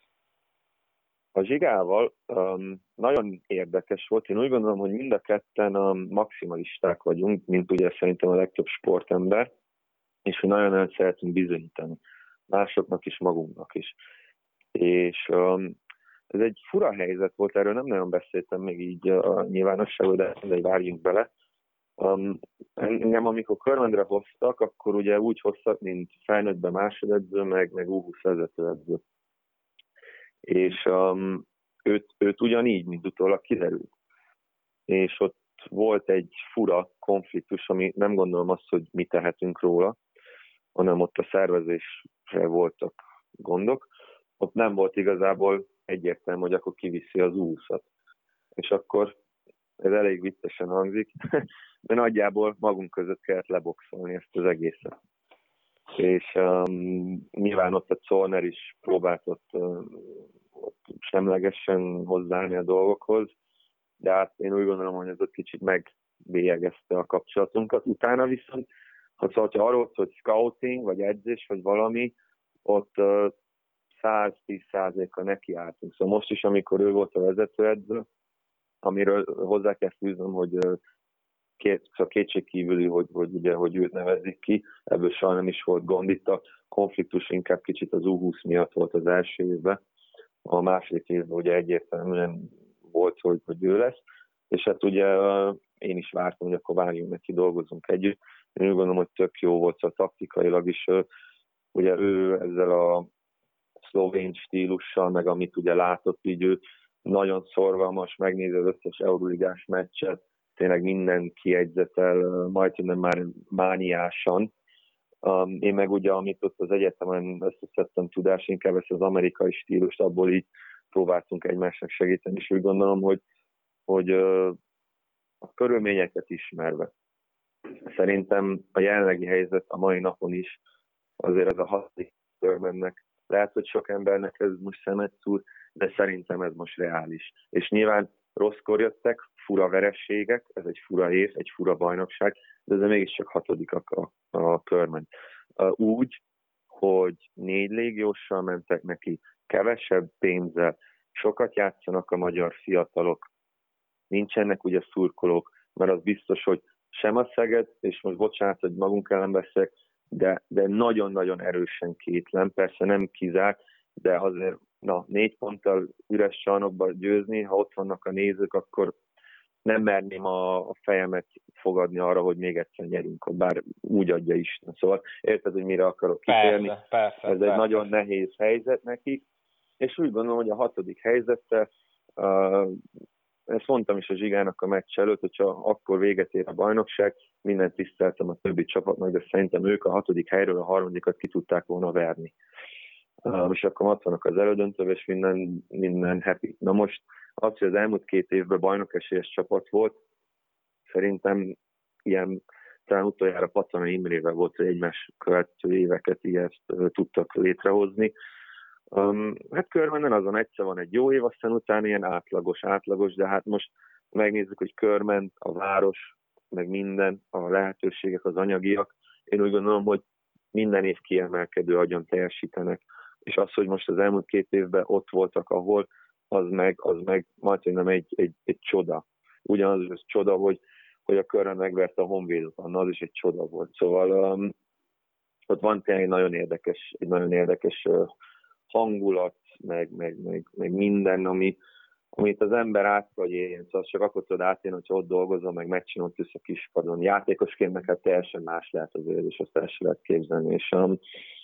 A Zsigával um, nagyon érdekes volt. Én úgy gondolom, hogy mind a ketten um, maximalisták vagyunk, mint ugye szerintem a legtöbb sportember, és hogy nagyon-nagyon szeretünk bizonyítani. Másoknak is, magunknak is. És um, ez egy fura helyzet volt, erről nem nagyon beszéltem még így a nyilvánosságban, de, de várjunk bele. Um, engem, amikor Körmendre hoztak, akkor ugye úgy hoztak, mint felnőttben másodedző, meg, meg U húsz vezetőedző. És um, őt, őt ugyanígy, mint utólag kiderült. És ott volt egy fura konfliktus, ami nem gondolom azt, hogy mi tehetünk róla, hanem ott a szervezésre voltak gondok. Ott nem volt igazából egyértelmű, hogy akkor kiviszi az U húszat. És akkor ez elég viccesen hangzik, de nagyjából magunk között kellett leboxolni ezt az egészet. És um, nyilván ott a Zollner is próbált ott, uh, ott semlegesen hozzáállni a dolgokhoz, de hát én úgy gondolom, hogy ez ott kicsit megbélyegezte a kapcsolatunkat. Utána viszont, ha szóval, ha arról szól, hogy scouting, vagy edzés, vagy valami, ott száz-tíz százalékkal nekiálltunk. Szóval most is, amikor ő volt a vezetőedző, amiről hozzá kell fűznöm, hogy két, szóval kétségkívüli, hogy, hogy, ugye, hogy őt nevezik ki, ebből soha nem is volt gond. Itt a konfliktus inkább kicsit az U húsz miatt volt az első évben. A második évben ugye egyértelműen volt, hogy, hogy ő lesz, és hát ugye én is vártam, hogy akkor várjunk neki, dolgozunk együtt. Én úgy gondolom, hogy tök jó volt, szóval taktikailag is, ugye ő ezzel a szlovén stílussal, meg amit ugye látott, így ő nagyon szorgalmas, megnézi az összes euróligás meccset, tényleg minden kiegyzetel, majdnem már mániásan. Um, én meg ugye, amit ott az egyetemen összeszedtem tudás, inkább ezt az amerikai stílust, abból így próbáltunk egymásnak segíteni, és úgy gondolom, hogy, hogy uh, a körülményeket ismerve. Szerintem a jelenlegi helyzet a mai napon is azért ez a hatodik körbennek. Lehet, hogy sok embernek ez most szemet szúr, de szerintem ez most reális. És nyilván rosszkor jöttek, fura verességek, ez egy fura év, egy fura bajnokság, de ez mégiscsak hatodik a, a, a körben. Úgy, hogy négy légióssal mentek neki, kevesebb pénzzel, sokat játszanak a magyar fiatalok, nincsenek ugye szurkolók, mert az biztos, hogy sem a Szeged, és most bocsánat, hogy magunk ellen beszélek, de, de nagyon-nagyon erősen kétlem, persze nem kizár, de azért na, négy ponttal üres csarnokba győzni, ha ott vannak a nézők, akkor nem merném a, a fejemet fogadni arra, hogy még egyszer nyerünk, bár úgy adja Isten. Szóval érted, hogy mire akarok kitérni? Persze, persze, Ez persze. egy nagyon nehéz helyzet nekik, és úgy gondolom, hogy a hatodik helyzettel, uh, ezt mondtam is a Zsigának a meccs előtt, hogyha akkor véget ér a bajnokság, mindent tiszteltem a többi csapatnak, de szerintem ők a hatodik helyről a harmadikat ki tudták volna verni. Uh, és akkor ott vannak az elődöntőben, és minden, minden happy. Na most az, hogy az elmúlt két évben bajnokesélyes csapat volt, szerintem ilyen, talán utoljára Patana Imrével volt, hogy egymás követő éveket ilyet uh, tudtak létrehozni. Um, hát Körmenden azon egyszer van egy jó év, aztán utána ilyen átlagos, átlagos, de hát most megnézzük, hogy Körmend, a város, meg minden, a lehetőségek, az anyagiak. Én úgy gondolom, hogy minden év kiemelkedő agyon teljesítenek. És az, hogy most az elmúlt két évben ott voltak, ahol, az meg, az meg majdnem egy, egy, egy csoda. Ugyanaz az csoda, hogy, hogy a Körmend megverte a Honvédot, az is egy csoda volt. Szóval um, ott van tényleg egy nagyon érdekes, egy nagyon érdekes uh, hangulat, meg, meg, meg, meg minden, ami, amit az ember át vagy éljen. Szóval csak akkor tudod átélni, hogyha ott dolgozom, meg meccsen ott ülsz a kispadon. Játékosként meg hát teljesen más lehet azért, és azt el sem lehet képzelni. És, um,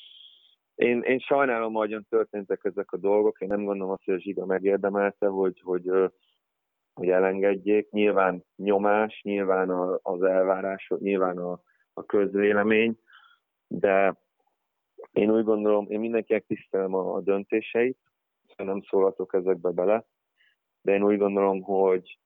én, én sajnálom, ahogyan történtek ezek a dolgok. Én nem gondolom azt, hogy a Zsiga megérdemelte, hogy, hogy, hogy elengedjék. Nyilván nyomás, nyilván az elvárások, nyilván a, a közvélemény, de én úgy gondolom, én mindenkinek tisztelem a, a döntéseit, nem szólhatok ezekbe bele, de én úgy gondolom, hogy,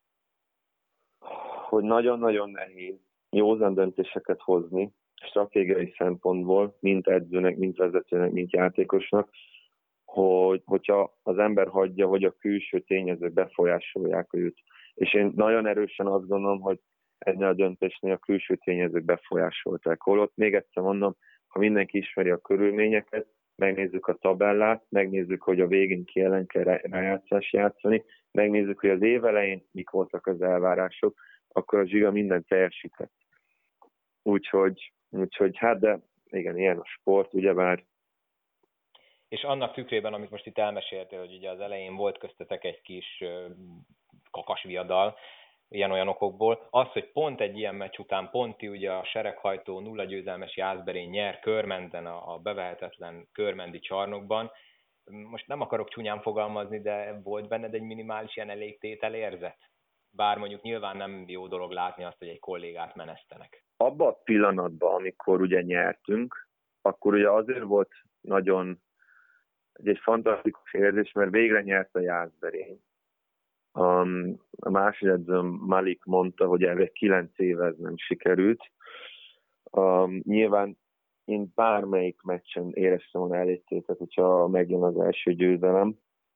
hogy nagyon-nagyon nehéz józan döntéseket hozni, stratégiai szempontból, mint edzőnek, mint vezetőnek, mint játékosnak, hogy, hogyha az ember hagyja, hogy a külső tényezők befolyásolják őt. És én nagyon erősen azt gondolom, hogy ennél a döntésnél a külső tényezők befolyásolták. Holott még egyszer mondom, ha mindenki ismeri a körülményeket, megnézzük a tabellát, megnézzük, hogy a végén ki ellen kell rájátszás játszani, megnézzük, hogy az év elején mik voltak az elvárások, akkor a Zsiga mindent teljesített. Úgyhogy, úgyhogy hát, de igen, ilyen a sport, ugyebár. És annak tükrében, amit most itt elmeséltél, hogy ugye az elején volt köztetek egy kis kakasviadal, ilyen-olyan okokból, az, hogy pont egy ilyen meccs után Ponti ugye a sereghajtó nulla győzelmes Jászberén nyer Körmenden, a, a bevehetetlen körmendi csarnokban. Most nem akarok csúnyán fogalmazni, de volt benned egy minimális ilyen elégtétel érzet? Bár mondjuk nyilván nem jó dolog látni azt, hogy egy kollégát menesztenek. Abban a pillanatban, amikor ugye nyertünk, akkor ugye azért volt nagyon egy, egy fantasztikus érzés, mert végre nyert a Jászberény. Um, a másodedzőm Malik mondta, hogy elvég kilenc éve ez nem sikerült. Um, nyilván én bármelyik meccsen éreztem volna elégtétet, hogyha megjön az első győzelem,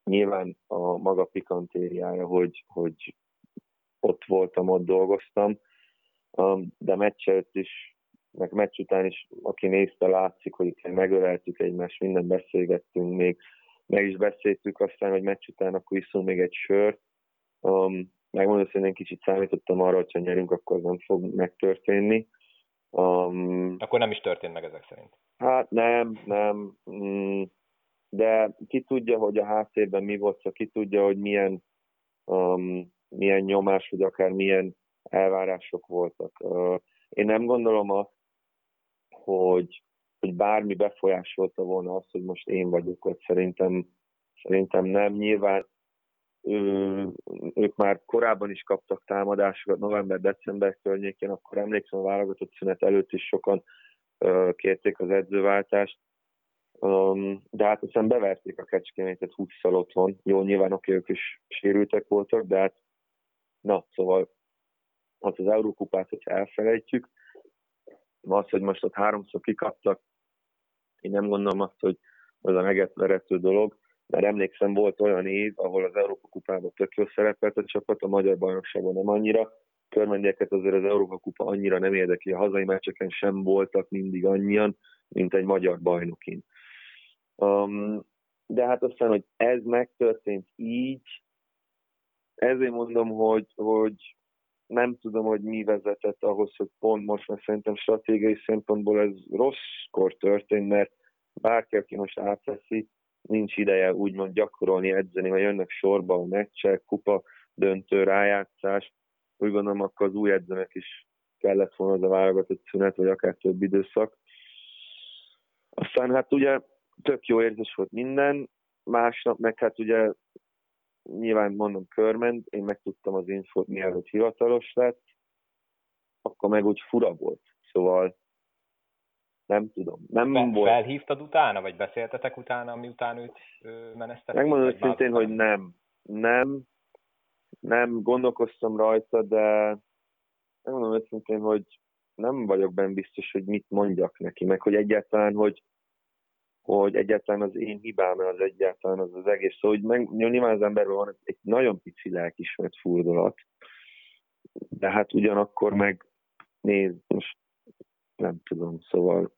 nyilván a maga pikantériája, hogy, hogy ott voltam, ott dolgoztam, de meccs előtt is, meg meccs után is, aki nézte, látszik, hogy itt megöleltük egymást, minden beszélgettünk, még meg is beszéltük aztán, hogy meccs után akkor iszunk még egy sört. Um, megmondom, hogy én kicsit számítottam arra, hogyha nyerünk, akkor az nem fog megtörténni. Um, akkor nem is történt meg ezek szerint. Hát nem, nem. Mm, de ki tudja, hogy a háttérben mi volt, szóval ki tudja, hogy milyen, um, milyen nyomás, vagy akár milyen elvárások voltak. Uh, én nem gondolom azt, hogy, hogy bármi befolyásolta volna azt, hogy most én vagyok ott. Szerintem, szerintem nem. Nyilván ő, ők már korábban is kaptak támadásokat, november-december környékén, akkor emlékszem, a válogatott szünet előtt is sokan uh, kérték az edzőváltást. Um, de hát aztán beverték a Kecskemétet hússzal otthon. Jó, nyilván oké, ők is sérültek voltak, de hát na, szóval az az Eurókupát, hogyha elfelejtjük, az, hogy most ott háromszor kikaptak, én nem gondolom azt, hogy az a megverető dolog, mert emlékszem, volt olyan év, ahol az Európa-kupában tök jó szerepelt a csapat, a magyar bajnokságban nem annyira, körmendieket azért az Európa-kupa annyira nem érdekli, a hazai meccseken sem voltak mindig annyian, mint egy magyar bajnokin. Um, de hát aztán, hogy ez megtörtént így, ezért mondom, hogy, hogy nem tudom, hogy mi vezetett ahhoz, hogy pont most, mert szerintem stratégiai szempontból ez rosszkor történt, mert bárki, aki most átveszi, nincs ideje úgymond gyakorolni, edzeni, mert jönnek sorba a meccsek, kupa, döntő, rájátszás. Úgy gondolom, akkor az új edzőnek is kellett volna az a válogatott szünet, vagy akár több időszak. Aztán hát ugye tök jó érzés volt minden, másnap meg hát ugye nyilván mondom körment, én megtudtam az infót, mielőtt hivatalos lett, akkor meg úgy fura volt. Szóval nem tudom. Nem Fel, volt. Felhívtad utána, vagy beszéltetek utána, miután őt menesztették? Megmondom őszintén, hogy nem. Nem. Nem gondolkoztam rajta, de megmondom őszintén, hogy nem vagyok benne biztos, hogy mit mondjak neki, meg hogy egyáltalán, hogy hogy egyáltalán az én hibám, az egyáltalán az az egész. Szóval, hogy meg, nyilván az emberben van egy nagyon pici lelkismert furdulat, de hát ugyanakkor meg nézd, most nem tudom, szóval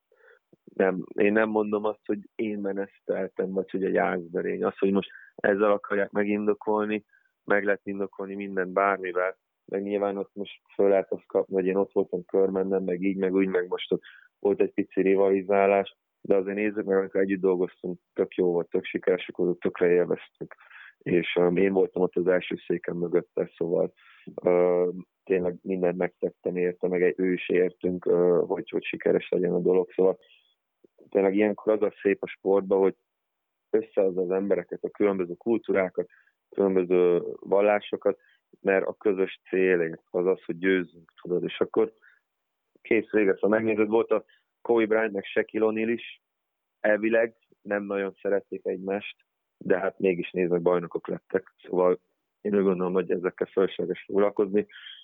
nem, én nem mondom azt, hogy én meneszteltem, vagy hogy egy Jászberény. Az, hogy most ezzel akarják megindokolni, meg lehet indokolni mindent bármivel, meg nyilván ott most föl lehet azt kapni, hogy én ott voltam körmennem, meg így, meg úgy, meg most ott volt egy pici rivalizálás, de azért nézzük meg, amikor együtt dolgoztunk, tök jó volt, tök sikeresek voltunk, tökre élveztük. És um, én voltam ott az első széken mögötte, szóval uh, tényleg mindent megtettem érte, meg egy, ő is értünk, uh, hogy, hogy sikeres legyen a dolog. Szóval tényleg ilyenkor az a szép a sportban, hogy összehoz az embereket, a különböző kultúrákat, különböző vallásokat, mert a közös célért az az, hogy győzzünk, tudod, és akkor kész vége. Szóval megnézed, volt a Kobe Bryant meg Shaquille O'Neal is, elvileg nem nagyon szerették egymást, de hát mégis nézd meg, bajnokok lettek. Szóval én úgy gondolom, hogy ezekkel fölösleges foglalkozni.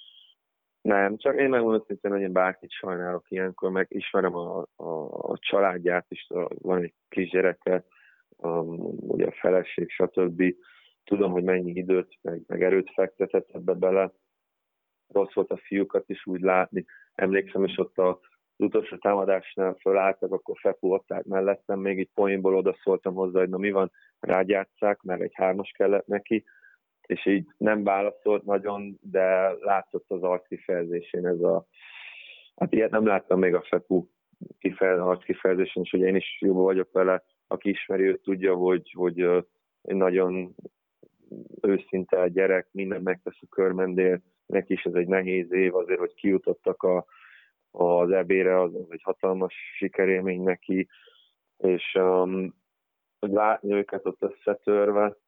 Nem, csak én megmondom szintén, hogy én bárkit sajnálok ilyenkor, meg ismerem a, a, a családját is, van egy kisgyereke, um, ugye a feleség, stb. Tudom, hogy mennyi időt, meg, meg erőt fektetett ebbe bele. Rossz volt a fiúkat is úgy látni. Emlékszem, és ott a az utolsó támadásnál fölálltak, akkor Fepu ott állt mellettem, még így poénból odaszóltam hozzá, hogy na mi van, rágyátszák, mert egy hármas kellett neki, és így nem válaszolt nagyon, de látszott az arckifejezésén ez a... Hát ilyet nem láttam még a Fepu kifejez, arckifejezésén, és ugye én is jobban vagyok vele, aki ismeri őt, tudja, hogy, hogy nagyon őszinte a gyerek, mindent megtesz a körmendél, neki is ez egy nehéz év azért, hogy kijutottak a az é bé-re, az, az egy hatalmas sikerélmény neki, és um, hogy látni őket ott összetörve,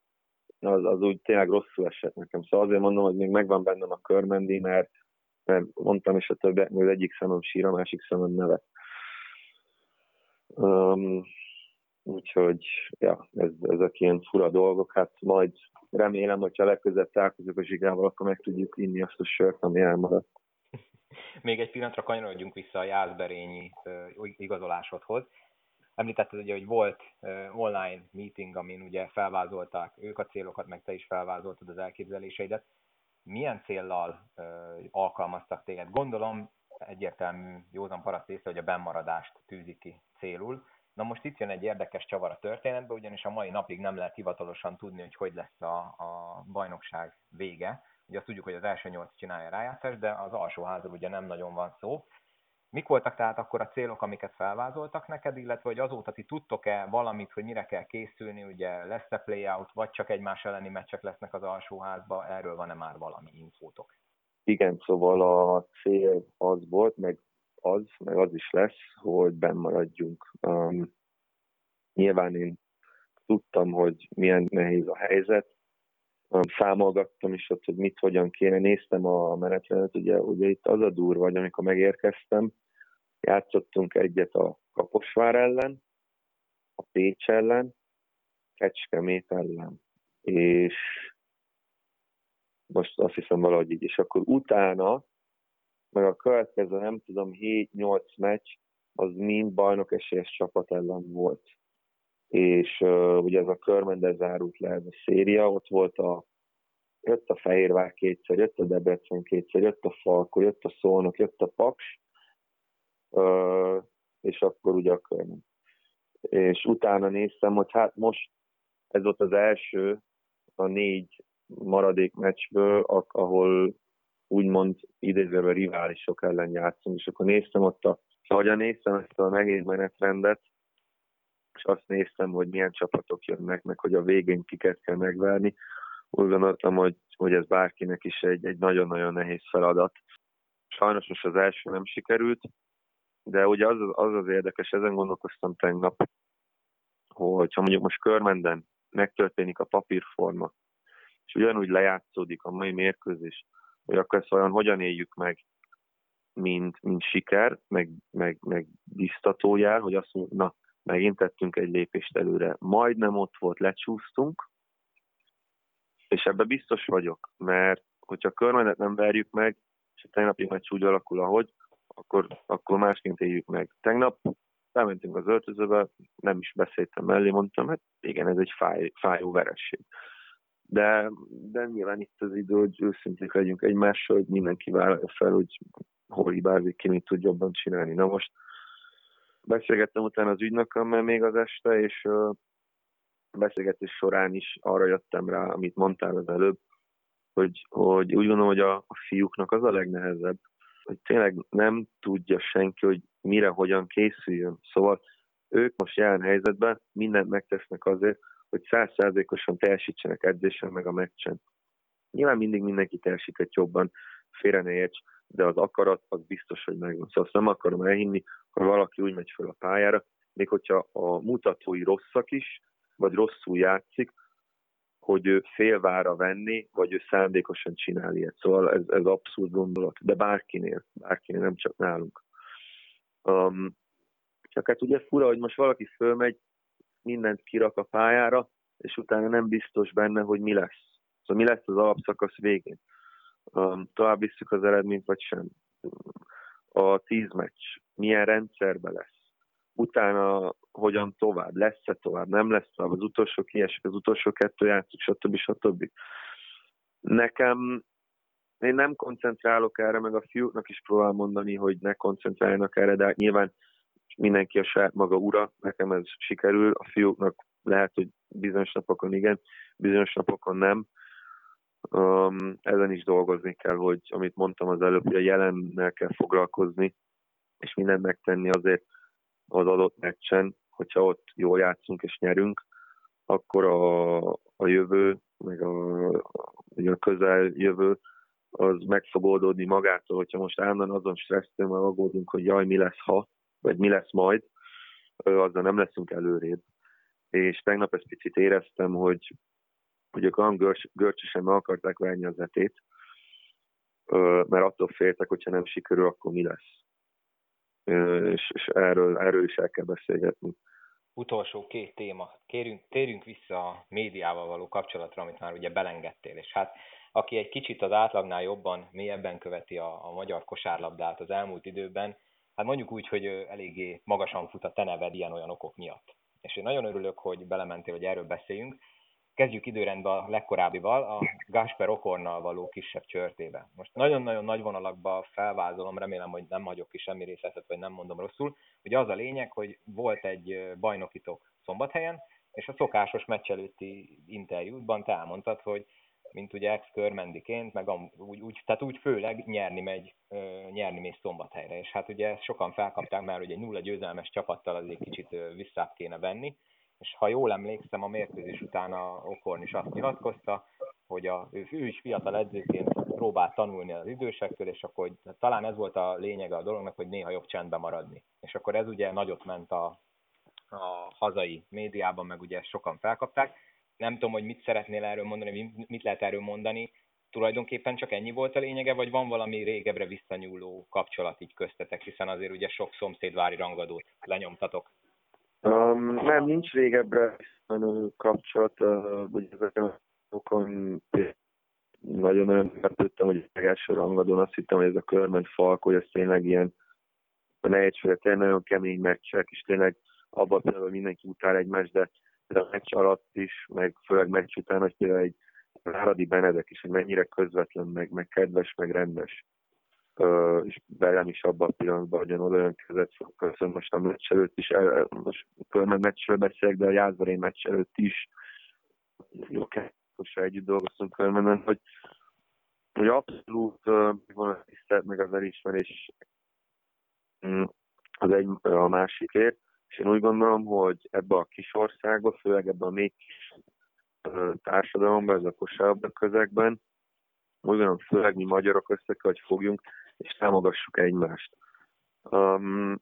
az, az úgy tényleg rosszul esett nekem. Szóval azért mondom, hogy még megvan bennem a körmendi, mert, mert mondtam is a többet, hogy az egyik szemem sír, a másik szemem nevet. Um, úgyhogy, ja, ez, ezek ilyen fura dolgok. Hát majd remélem, hogyha legközelebb találkozunk a Zsigával, akkor meg tudjuk inni azt a sört, ami elmaradt. Még egy pillanatra kanyarodjunk vissza a jászberényi igazolásodhoz. Említetted ugye, hogy volt uh, online meeting, amin ugye felvázolták ők a célokat, meg te is felvázoltad az elképzeléseidet. Milyen céllal uh, alkalmaztak téged? Gondolom egyértelmű józan paraszt észre, hogy a bennmaradást tűzik ki célul. Na most itt jön egy érdekes csavar a történetbe, ugyanis a mai napig nem lehet hivatalosan tudni, hogy hogy lesz a, a bajnokság vége. Ugye azt tudjuk, hogy az első nyolc csinálja rájátszást, de az alsóházról ugye nem nagyon van szó. Mik voltak tehát akkor a célok, amiket felvázoltak neked, illetve hogy azóta ti tudtok-e valamit, hogy mire kell készülni, ugye lesz-e playout, vagy csak egymás elleni meccsek lesznek az alsóházba, erről van-e már valami infótok? Igen, szóval a cél az volt, meg az, meg az is lesz, hogy benn maradjunk. Um, nyilván én tudtam, hogy milyen nehéz a helyzet, um, számolgattam is ott, hogy mit, hogyan kéne, néztem a menetrendet, ugye, ugye itt az a durva, hogy amikor megérkeztem, játszottunk egyet a Kaposvár ellen, a Pécs ellen, Kecskemét ellen, és most azt hiszem valahogy így, és akkor utána, meg a következő, nem tudom, hét-nyolc meccs, az mind bajnok esélyes csapat ellen volt. És uh, ugye ez a körmende zárult le ez a széria, ott volt a, jött a Fehérvár kétszer, jött a Debrecen kétszer, jött a Falko, jött a Szolnok, jött a Paks, uh, és akkor ugye a körmende. És utána néztem, hogy hát most ez volt az első a négy maradék meccsből, ahol úgymond idézőben riválisok ellen játszunk, és akkor néztem ott a, ahogyan néztem ezt a nehéz menetrendet, és azt néztem, hogy milyen csapatok jönnek, meg hogy a végén kiket kell megverni. Úgy gondoltam, hogy, hogy ez bárkinek is egy, egy nagyon-nagyon nehéz feladat. Sajnos most az első nem sikerült, de ugye az az, az érdekes, ezen gondolkoztam tegnap, hogy ha mondjuk most Körmenden megtörténik a papírforma, és ugyanúgy lejátszódik a mai mérkőzés, hogy akkor ezt olyan hogyan éljük meg, mint, mint siker, meg, meg, meg biztató jel, hogy azt mondjuk, na, megint tettünk egy lépést előre. Majdnem ott volt, lecsúsztunk, és ebbe biztos vagyok, mert hogyha a Körmendet nem verjük meg, és a tegnapi meccs úgy alakul, ahogy, akkor, akkor másként éljük meg. Tegnap elmentünk az öltözőbe, nem is beszéltem mellé, mondtam, hát igen, ez egy fáj, fájó veresség. De, de nyilván itt az idő, hogy őszinték legyünk egymással, hogy mindenki vállalja fel, hogy hol hibázik ki, mit tud jobban csinálni. Na most beszélgettem utána az ügynökömmel még az este, és uh, beszélgetés során is arra jöttem rá, amit mondtál az előbb, hogy, hogy úgy gondolom, hogy a, a fiúknak az a legnehezebb, hogy tényleg nem tudja senki, hogy mire, hogyan készüljön. Szóval ők most jelen helyzetben mindent megtesznek azért, hogy száz százalékosan teljesítsenek edzésen meg a meccsen. Nyilván mindig mindenki teljesített jobban, félre ne érts, de az akarat az biztos, hogy megvan. Szóval azt nem akarom elhinni, hogy valaki úgy megy fel a pályára, még hogyha a mutatói rosszak is, vagy rosszul játszik, hogy ő félvára venni, vagy ő szándékosan csinál ilyet. Szóval ez, ez abszurd gondolat, de bárkinél, bárkinél, nem csak nálunk. Um, csak hát ugye fura, hogy most valaki fölmegy, mindent kirak a pályára, és utána nem biztos benne, hogy mi lesz. Szóval mi lesz az alapszakasz végén. Um, tovább visszük az eredményt, vagy sem. A tíz meccs milyen rendszerben lesz. Utána hogyan tovább, lesz-e tovább, nem lesz tovább, az utolsó kiesik, az utolsó kettő játszik, stb. stb. Nekem, én nem koncentrálok erre, meg a fiúknak is próbálom mondani, hogy ne koncentráljanak erre, de nyilván mindenki a saját maga ura, nekem ez sikerül, a fiúknak lehet, hogy bizonyos napokon igen, bizonyos napokon nem. Um, ezen is dolgozni kell, hogy amit mondtam az előbb, hogy a jelennel kell foglalkozni, és mindent megtenni azért az adott meccsen, hogyha ott jól játszunk és nyerünk, akkor a, a jövő, meg a, a közeljövő, az meg fog oldódni magától, hogyha most állandóan azon stressztől meg aggódunk, hogy jaj, mi lesz ha, vagy mi lesz majd, azzal nem leszünk előrébb. És tegnap ezt picit éreztem, hogy, hogy ők olyan görcs, görcsösen meg akarták verni az etét, mert attól féltek, hogyha nem sikerül, akkor mi lesz. És, és erről, erről is el kell beszélgetni. Utolsó két téma. Kérünk, térjünk vissza a médiával való kapcsolatra, amit már ugye belengedtél. És hát aki egy kicsit az átlagnál jobban, mélyebben követi a, a magyar kosárlabdát az elmúlt időben, hát mondjuk úgy, hogy eléggé magasan fut a te neved ilyen-olyan okok miatt. És én nagyon örülök, hogy belementél, hogy erről beszéljünk. Kezdjük időrendben a legkorábbival, a Gasper Okornnal való kisebb csörtébe. Most nagyon-nagyon nagy vonalakban felvázolom, remélem, hogy nem hagyok ki semmi részletet, vagy nem mondom rosszul, hogy az a lényeg, hogy volt egy bajnokitok Szombathelyen, és a szokásos meccs előtti interjútban te elmondtad, hogy mint ugye ex-körmendiként, meg úgy, úgy, tehát úgy főleg nyerni megy, nyerni mész Szombathelyre. És hát ugye sokan felkapták már, hogy egy nulla győzelmes csapattal azért kicsit visszább kéne venni, és ha jól emlékszem, a mérkőzés után a Okorn is azt nyilatkozta, hogy a, ő, ő is fiatal edzőként próbált tanulni az idősektől, és akkor hogy talán ez volt a lényege a dolognak, hogy néha jobb csendben maradni. És akkor ez ugye nagyot ment a, a hazai médiában, meg ugye sokan felkapták. Nem tudom, hogy mit szeretnél erről mondani, mit lehet erről mondani. Tulajdonképpen csak ennyi volt a lényege, vagy van valami régebbre visszanyúló kapcsolat így köztetek, hiszen azért ugye sok szomszédvári rangadót lenyomtatok. Um, nem, nincs régebbre kapcsolat, uh, ugye ezeken a okon nagyon-nagyon meglepődtem, hogy az első rangadón azt hittem, hogy ez a Körment Falk, hogy ez tényleg ilyen a nehézségek, tényleg nagyon kemény meccsek, és tényleg abban például mindenki utál egymást, de a meccs alatt is, meg főleg meccs után, hogy például egy Váradi Benedek is, hogy mennyire közvetlen, meg, meg kedves, meg rendes. Uh, és velem is abban a pillanatban, hogy olyan kezet fog köszönöm, most a meccs előtt is, el, most Körment meccsről beszélek, de a Jászberén meccs előtt is jó most együtt dolgoztunk Körmenden, hogy, hogy abszolút uh, van a tisztelt, meg az elismerés um, az egy a másikért, és én úgy gondolom, hogy ebbe a kis országba, főleg ebbe a még kis uh, társadalomban, ez a kosárlabda közegben, úgy gondolom, főleg mi magyarok össze kell, hogy fogjunk, és támogassuk egymást. Um,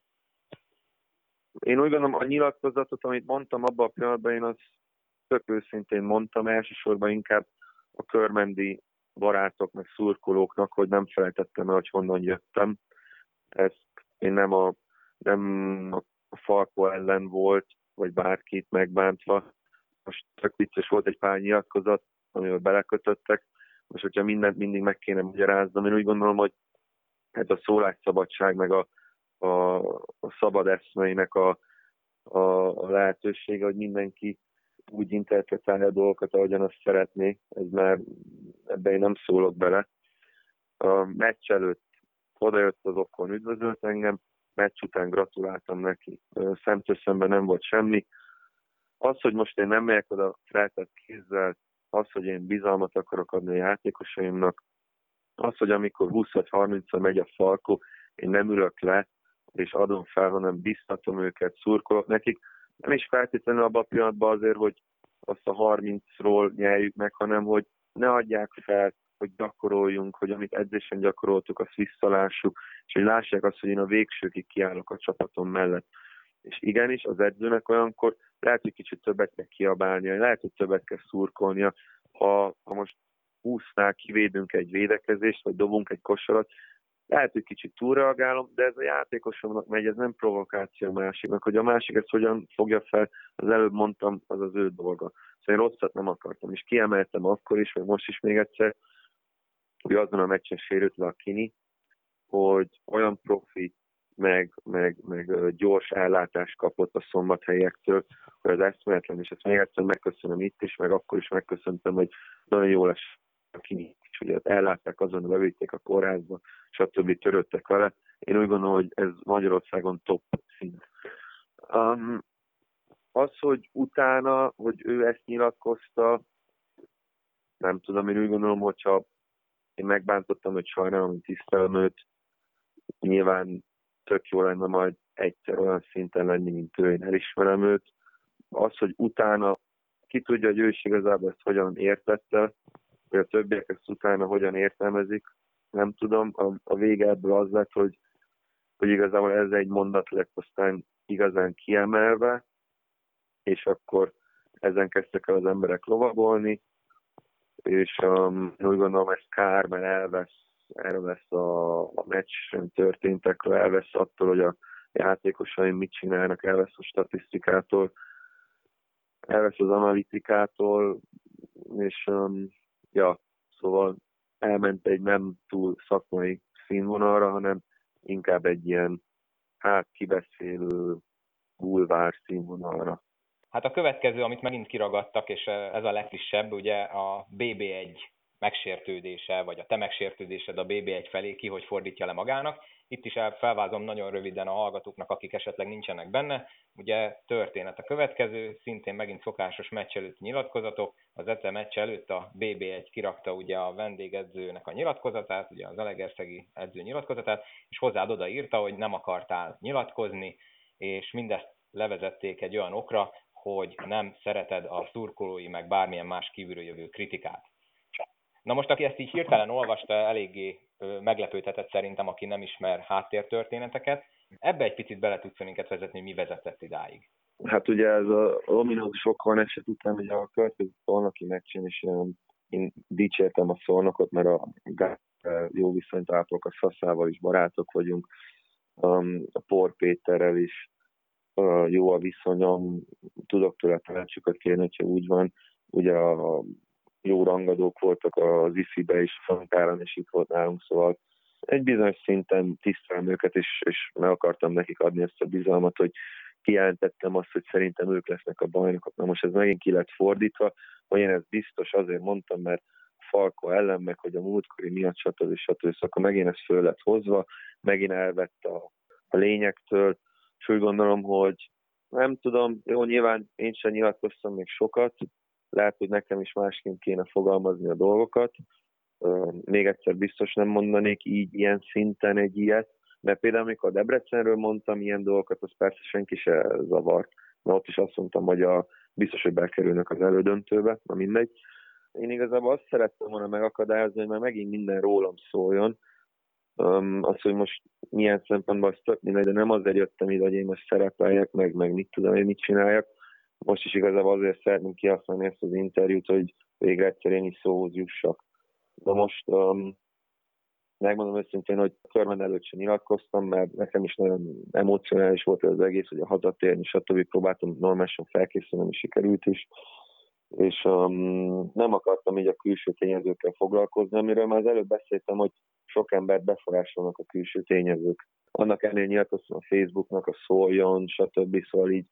én úgy gondolom, a nyilatkozatot, amit mondtam abban a pillanatban, én azt tök őszintén mondtam, elsősorban inkább a körmendi barátoknak, szurkolóknak, hogy nem felejtettem el, hogy honnan jöttem. Ezt én nem a, nem a Falko ellen volt, vagy bárkit megbántva. Most tök vicces volt egy pár nyilatkozat, amivel belekötöttek. Most, hogyha mindent mindig meg kéne magyaráznom, én úgy gondolom, hogy ez a szólásszabadság, meg a, a, a szabad eszmeinek a, a, a lehetősége, hogy mindenki úgy interpretálja a dolgokat, ahogyan azt szeretné. Ez már, ebben én nem szólok bele. A meccs előtt odajött az Okon, üdvözölt engem, meccs után gratuláltam neki. Szemtől szemben nem volt semmi. Az, hogy most én nem megyek oda feltett kézzel, az, hogy én bizalmat akarok adni a játékosaimnak, az, hogy amikor húsz vagy harmincszor megy a Falko, én nem ülök le, és adom fel, hanem biztatom őket, szurkolok nekik. Nem is feltétlenül abban a pillanatban azért, hogy azt a harmincról nyeljük meg, hanem hogy ne adják fel, hogy gyakoroljunk, hogy amit edzésen gyakoroltuk, azt visszalássuk, és hogy lássák azt, hogy én a végsőkig kiállok a csapatom mellett. És igenis, az edzőnek olyankor lehet, hogy kicsit többet kell kiabálnia, lehet, hogy többet kell szurkolnia. Ha, ha most húsznál kivédünk egy védekezést, vagy dobunk egy kosarat, lehet, hogy kicsit túlreagálom, de ez a játékosomnak megy, ez nem provokáció a másiknak, hogy a másik ezt hogyan fogja fel, az előbb mondtam, az az ő dolga. Szóval én rosszat nem akartam, és kiemeltem akkor is, vagy most is még egyszer, hogy azon a meccsen sérült le a Kini, hogy olyan profi, meg, meg, meg gyors ellátást kapott a szombathelyektől, hogy az eszméletlen, és ezt még egyszer megköszönöm itt is, meg akkor is megköszöntem, hogy nagyon jól lesz a Kini, és ugye ellátták azon, bevitték a kórházba, stb. Törődtek vele. Én úgy gondolom, hogy ez Magyarországon top szint. Um, az, hogy utána, hogy ő ezt nyilatkozta, nem tudom, én úgy gondolom, hogyha én megbántottam, hogy sajnálom, hogy tisztelem őt, nyilván tök jó lenne majd egyszer olyan szinten lenni, mint ő, én elismerem őt. Az, hogy utána ki tudja, hogy ő is igazából ezt hogyan értette, hogy a többiek ezt utána hogyan értelmezik, nem tudom. A, a vége ebből az lett, hogy, hogy igazából ez egy mondat lett aztán igazán kiemelve, és akkor ezen kezdtek el az emberek lovagolni, és um, úgy gondolom, ez kár, mert elvesz, elvesz a, a meccsen történtekről, elvesz attól, hogy a játékosaim mit csinálnak, elvesz a statisztikától, elvesz az analitikától, és um, ja, szóval elment egy nem túl szakmai színvonalra, hanem inkább egy ilyen hát kibeszélő bulvár színvonalra. Hát a következő, amit megint kiragadtak, és ez a legfrissebb, ugye a bé bé egy megsértődése, vagy a te megsértődésed a bé bé egy felé, ki hogy fordítja le magának. Itt is felvázom nagyon röviden a hallgatóknak, akik esetleg nincsenek benne. Ugye történet a következő, szintén megint szokásos meccs előtti nyilatkozatok. Az e té e meccs előtt a bé bé egy kirakta ugye a vendégedzőnek a nyilatkozatát, ugye az zalaegerszegi edző nyilatkozatát, és hozzád odaírta, hogy nem akartál nyilatkozni, és mindezt levezették egy olyan okra, hogy nem szereted a szurkolói, meg bármilyen más kívülről jövő kritikát. Na most, aki ezt így hirtelen olvasta, eléggé meglepődhetett szerintem, aki nem ismer háttértörténeteket. Ebbe egy picit bele tudsz minket vezetni, mi vezetett idáig. Hát ugye ez a ominózus Okon eset után ugye a következő szolnoki meccsen is én dicsértem a Szolnokot, mert a jó viszonyt ápolok, a Szaszával is barátok vagyunk, a Por Péterrel is jó a viszonyom, tudok tőle tanácsokat kérni, hogyha úgy van. Ugye a jó rangadók voltak az ifibe is, a Fankáron is itt volt nálunk, szóval egy bizonyos szinten tisztelem őket, és, és meg akartam nekik adni ezt a bizalmat, hogy kijelentettem azt, hogy szerintem ők lesznek a bajnokok. Na most ez megint ki lett fordítva, hogy én ezt biztos azért mondtam, mert Falko ellen, meg hogy a múltkori miatt stb. stb. Akkor megint ez föl lett hozva, megint elvett a, a lényektől, és úgy gondolom, hogy nem tudom, jó, nyilván én sem nyilatkoztam még sokat, lehet, hogy nekem is másként kéne fogalmazni a dolgokat. Még egyszer biztos nem mondanék így ilyen szinten egy ilyet, mert például amikor a Debrecenről mondtam ilyen dolgokat, az persze senki se zavart, mert ott is azt mondtam, hogy a, biztos, hogy bekerülnek az elődöntőbe, na mindegy. Én igazából azt szerettem volna megakadályozni, hogy már megint minden rólam szóljon. Um, az, hogy most milyen szempontból az tök mindegy, de nem azért jöttem ide, hogy én most szerepeljek, meg, meg mit tudom én, mit csináljak. Most is igazából azért szeretném kihasználni ezt az interjút, hogy végre egyszer én is szóhoz jussak. De most um, megmondom őszintén, hogy a körben előtt sem nyilatkoztam, mert nekem is nagyon emocionális volt az egész, hogy a hazatérni, stb. Próbáltam normálisan felkészülni, és sikerült is. És um, nem akartam így a külső tényezőkkel foglalkozni, amiről már az előbb beszéltem, hogy sok embert befolyásolnak a külső tényezők. Annak ennél nyilatkoztam a Facebooknak, a szóljon, stb. Szóval így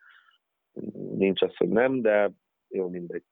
nincs az, hogy nem, de jó, mindegy.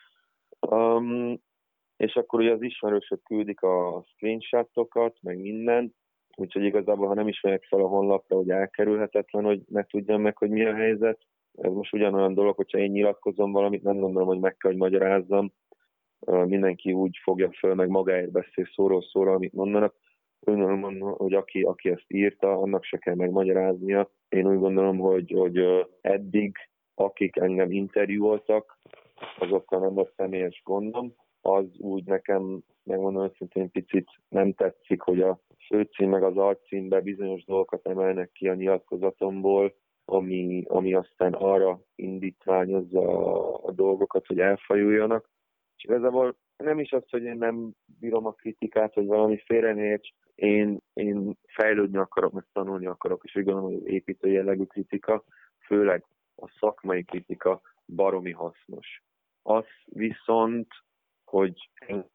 Um, és akkor ugye az ismerősök küldik a screenshotokat, meg minden, úgyhogy igazából, ha nem is megyek fel a honlapra, hogy elkerülhetetlen, hogy ne tudjam meg, hogy mi a helyzet. Ez most ugyanolyan dolog, hogyha én nyilatkozom valamit, nem gondolom, hogy meg kell, hogy magyarázzam. Mindenki úgy fogja föl, meg magáért beszél szóról szóra, amit mondanak. Úgy gondolom, hogy aki, aki ezt írta, annak se kell megmagyaráznia. Én úgy gondolom, hogy, hogy eddig, akik engem interjúoltak, azokkal nem volt személyes gondom. Az úgy nekem, megmondom őszintén, picit nem tetszik, hogy a főcím meg az alcímbe bizonyos dolgokat emelnek ki a nyilatkozatomból, ami, ami aztán arra indítványozza a, a dolgokat, hogy elfajuljanak. És igazából nem is az, hogy én nem bírom a kritikát, hogy valami félre ne érts. Én, én fejlődni akarok, meg tanulni akarok, és úgy gondolom, hogy az építő jellegű kritika, főleg a szakmai kritika baromi hasznos. Az viszont, hogy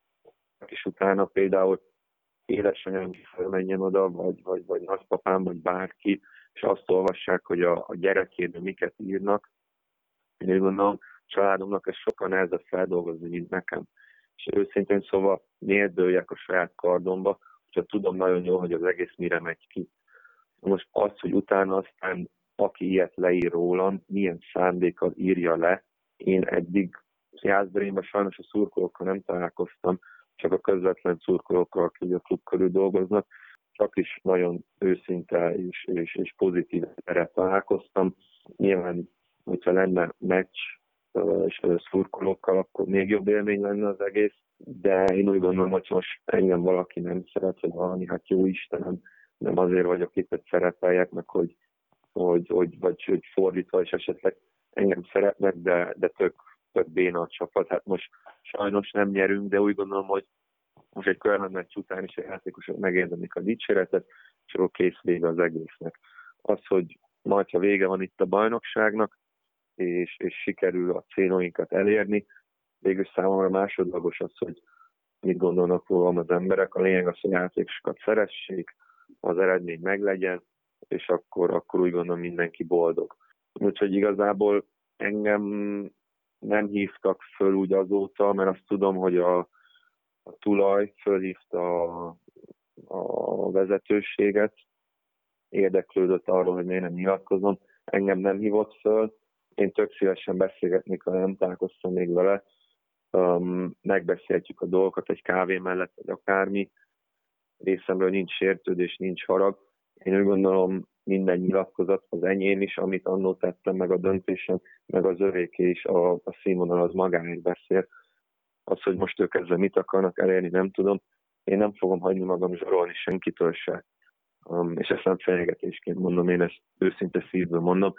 és utána például édesanyám felmenjen oda, vagy, vagy, vagy nagypapám, vagy bárki, és azt olvassák, hogy a, a gyerekéről miket írnak. Én úgy gondolom, családomnak ez sokkal nehezebb feldolgozni, mint nekem. És őszintén szóval miért dőljek a saját kardomba, hogyha tudom nagyon jól, hogy az egész mire megy ki. Most az, hogy utána aztán aki ilyet leír rólam, milyen szándékkal írja le, én eddig Jászberényben sajnos a szurkolókkal nem találkoztam, csak a közvetlen szurkolókkal, akik a klub körül dolgoznak, csak is nagyon őszinte és, és, és pozitív erre találkoztam. Nyilván, hogyha lenne meccs és szurkolókkal, akkor még jobb élmény lenne az egész, de én úgy gondolom, hogy most engem valaki nem szeret, vagy valami, hát jó Istenem, nem azért vagyok itt, hogy szerepeljek, meg hogy, hogy, hogy vagy hogy fordítva, és esetleg engem szeretnek, de, de tök, tök béna a csapat. Hát most sajnos nem nyerünk, de úgy gondolom, hogy most egy körmeccs után is a játékosok megérdemlik a dicséretet, és akkor kész vége az egésznek. Az, hogy majd, ha vége van itt a bajnokságnak, és, és sikerül a céloinkat elérni, végül számomra másodlagos az, hogy mit gondolnak rólam az emberek. A lényeg az, hogy a játékosokat szeressék, az eredmény meglegyen, és akkor, akkor úgy gondolom mindenki boldog. Úgyhogy igazából engem nem hívtak föl úgy azóta, mert azt tudom, hogy a, a tulaj fölhívta a, a vezetőséget, érdeklődött arról, hogy miért nem nyilatkozom. Engem nem hívott föl, én tök szívesen beszélgetnék, ha nem találkoztam még vele. Um, megbeszéltjük a dolgokat egy kávé mellett, vagy akármi. Részemről nincs sértődés, nincs harag. Én úgy gondolom, minden nyilatkozat, az enyém is, amit annó tettem, meg a döntésem, meg az övéké is, a, a színvonal az magáért beszél. Az, hogy most ők ezzel mit akarnak elérni, nem tudom. Én nem fogom hagyni magam zsarolni senkitől se. Um, és ezt nem fenyegetésként mondom, én ezt őszinte szívből mondom.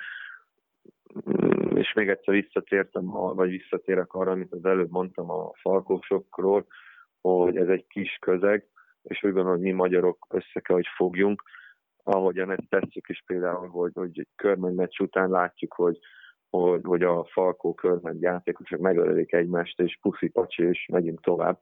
Um, és még egyszer visszatértem, vagy visszatérek arra, amit az előbb mondtam a falkósokról, hogy ez egy kis közeg, és úgy gondolom, hogy mi magyarok össze kell, hogy fogjunk, ahogyan ezt tesszük is például, hogy, hogy egy körmennymeccs után látjuk, hogy, hogy, hogy a Falkó körmenny játékosok megölelik egymást, és puszi-pacsi, és megyünk tovább.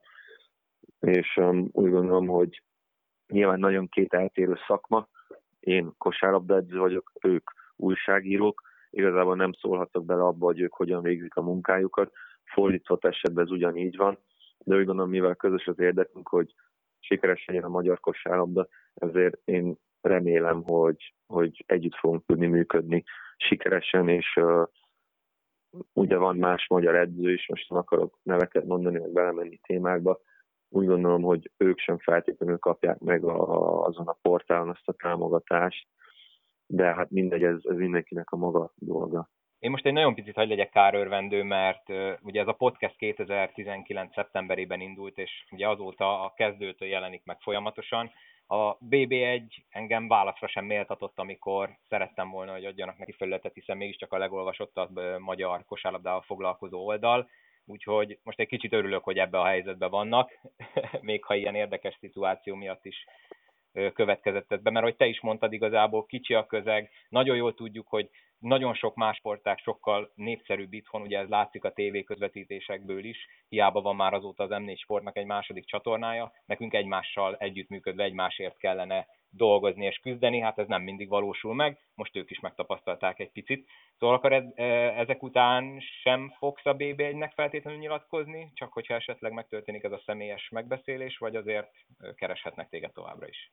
És um, úgy gondolom, hogy nyilván nagyon két eltérő szakma. Én kosárlabdaedző vagyok, ők újságírók. Igazából nem szólhatok bele abba, hogy ők hogyan végzik a munkájukat. Fordított esetben ez ugyanígy van. De úgy gondolom, mivel közös az érdekünk, hogy sikeres legyen a magyar kosárlabda, ezért én remélem, hogy, hogy együtt fogunk tudni működni sikeresen, és uh, ugye van más magyar edző is, most nem akarok neveket mondani, meg belemenni témákba. Úgy gondolom, hogy ők sem feltétlenül kapják meg a, azon a portálon azt a támogatást, de hát mindegy, ez, ez mindenkinek a maga dolga. Én most egy nagyon picit hagy legyek kárörvendő, mert uh, ugye ez a podcast kétezer-tizenkilenc szeptemberében indult, és ugye azóta a kezdőtől jelenik meg folyamatosan. A bé bé egy engem válaszra sem méltatott, amikor szerettem volna, hogy adjanak neki felületet, hiszen mégiscsak a legolvasottabb uh, magyar kosárlabdával foglalkozó oldal. Úgyhogy most egy kicsit örülök, hogy ebbe a helyzetben vannak, még ha ilyen érdekes szituáció miatt is következett ez be, mert hogy te is mondtad, igazából kicsi a közeg, nagyon jól tudjuk, hogy nagyon sok más sportág sokkal népszerűbb itthon, ugye ez látszik a tévé közvetítésekből is, hiába van már azóta az em négy Sportnak egy második csatornája, nekünk egymással együttműködve egymásért kellene dolgozni és küzdeni, hát ez nem mindig valósul meg, most ők is megtapasztalták egy picit. Szóval akkor ez, ezek után sem fogsz a bé bé egynek feltétlenül nyilatkozni, csak hogyha esetleg megtörténik ez a személyes megbeszélés, vagy azért kereshetnek téged továbbra is?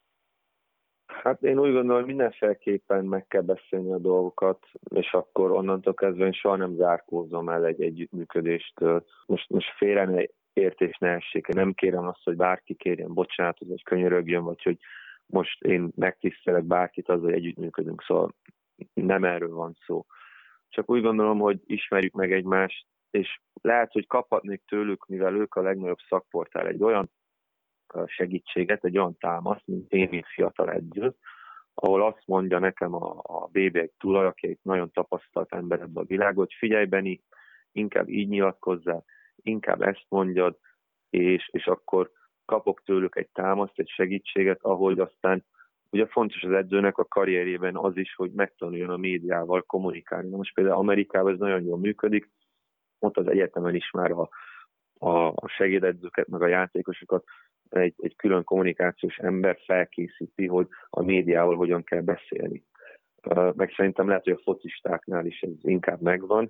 Hát én úgy gondolom, hogy mindenféleképpen meg kell beszélni a dolgokat, és akkor onnantól kezdve én soha nem zárkózom el egy együttműködéstől. Most, most félre ne értés ne essék. Én nem kérem azt, hogy bárki kérjen bocsánatot, vagy könyörögjön, vagy hogy most én megtisztelek bárkit az, hogy együttműködünk. Szóval nem erről van szó. Csak úgy gondolom, hogy ismerjük meg egymást, és lehet, hogy kaphatnék tőlük, mivel ők a legnagyobb szakportál, egy olyan segítséget, egy olyan támaszt, mint én, mint fiatal edző, ahol azt mondja nekem a, a bé bé egy tulaj, aki egy nagyon tapasztalt ember ebbe a világot, hogy figyelj, Beni, inkább így nyilatkozzál, inkább ezt mondjad, és, és akkor kapok tőlük egy támaszt, egy segítséget, ahogy aztán ugye fontos az edzőnek a karrierjében az is, hogy megtanuljon a médiával kommunikálni. Na most például Amerikában ez nagyon jól működik, ott az egyetemen is már a, a segédedzőket, meg a játékosokat egy, egy külön kommunikációs ember felkészíti, hogy a médiával hogyan kell beszélni. Meg szerintem lehet, hogy a focistáknál is ez inkább megvan.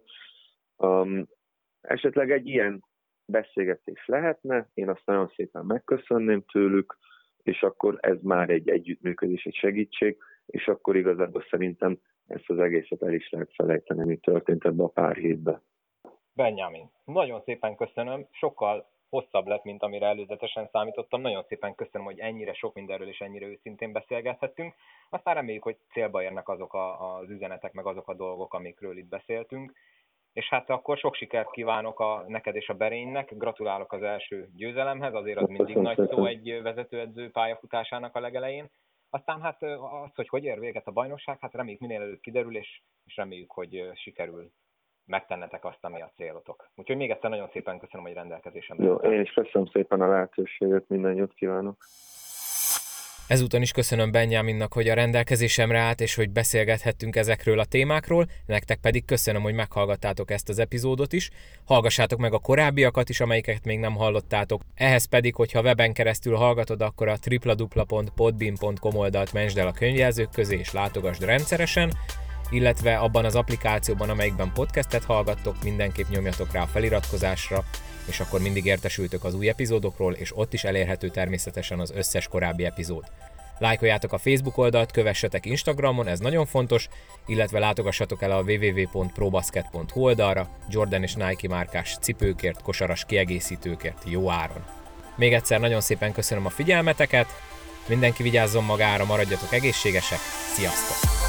Um, esetleg egy ilyen beszélgetés lehetne, én azt nagyon szépen megköszönném tőlük, és akkor ez már egy együttműködés, egy segítség, és akkor igazából szerintem ezt az egészet el is lehet felejteni, ami történt ebbe a pár hétben. Benjamin, nagyon szépen köszönöm, sokkal hosszabb lett, mint amire előzetesen számítottam. Nagyon szépen köszönöm, hogy ennyire sok mindenről és ennyire őszintén beszélgethettünk. Aztán reméljük, hogy célba érnek azok a, az üzenetek, meg azok a dolgok, amikről itt beszéltünk. És hát akkor sok sikert kívánok a, neked és a Berénynek. Gratulálok az első győzelemhez, azért az mindig nagy szó egy vezetőedző pályafutásának a legelején. Aztán hát az, hogy hogy ér véget a bajnokság, hát reméljük minél előbb kiderül, és, és reméljük, hogy sikerül megtennetek azt, ami a célotok. Úgyhogy még egyszer nagyon szépen köszönöm, hogy rendelkezésemre. Jó, én is köszönöm szépen a lehetőséget, minden jót kívánok. Ezúton is köszönöm Benjaminnak, hogy a rendelkezésemre állt, és hogy beszélgethettünk ezekről a témákról, nektek pedig köszönöm, hogy meghallgattátok ezt az epizódot is. Hallgassátok meg a korábbiakat is, amelyiket még nem hallottátok. Ehhez pedig, hogyha weben keresztül hallgatod, akkor a www pont podbean pont com oldalt mentsd el a könyvjelzők közé, és látogasd rendszeresen, illetve abban az applikációban, amelyikben podcastet hallgattok, mindenképp nyomjatok rá a feliratkozásra, és akkor mindig értesültök az új epizódokról, és ott is elérhető természetesen az összes korábbi epizód. Lájkoljátok a Facebook oldalt, kövessetek Instagramon, ez nagyon fontos, illetve látogassatok el a www pont probasket pont hu oldalra Jordan és Nike márkás cipőkért, kosaras kiegészítőkért jó áron. Még egyszer nagyon szépen köszönöm a figyelmeteket, mindenki vigyázzon magára, maradjatok egészségesek, sziasztok!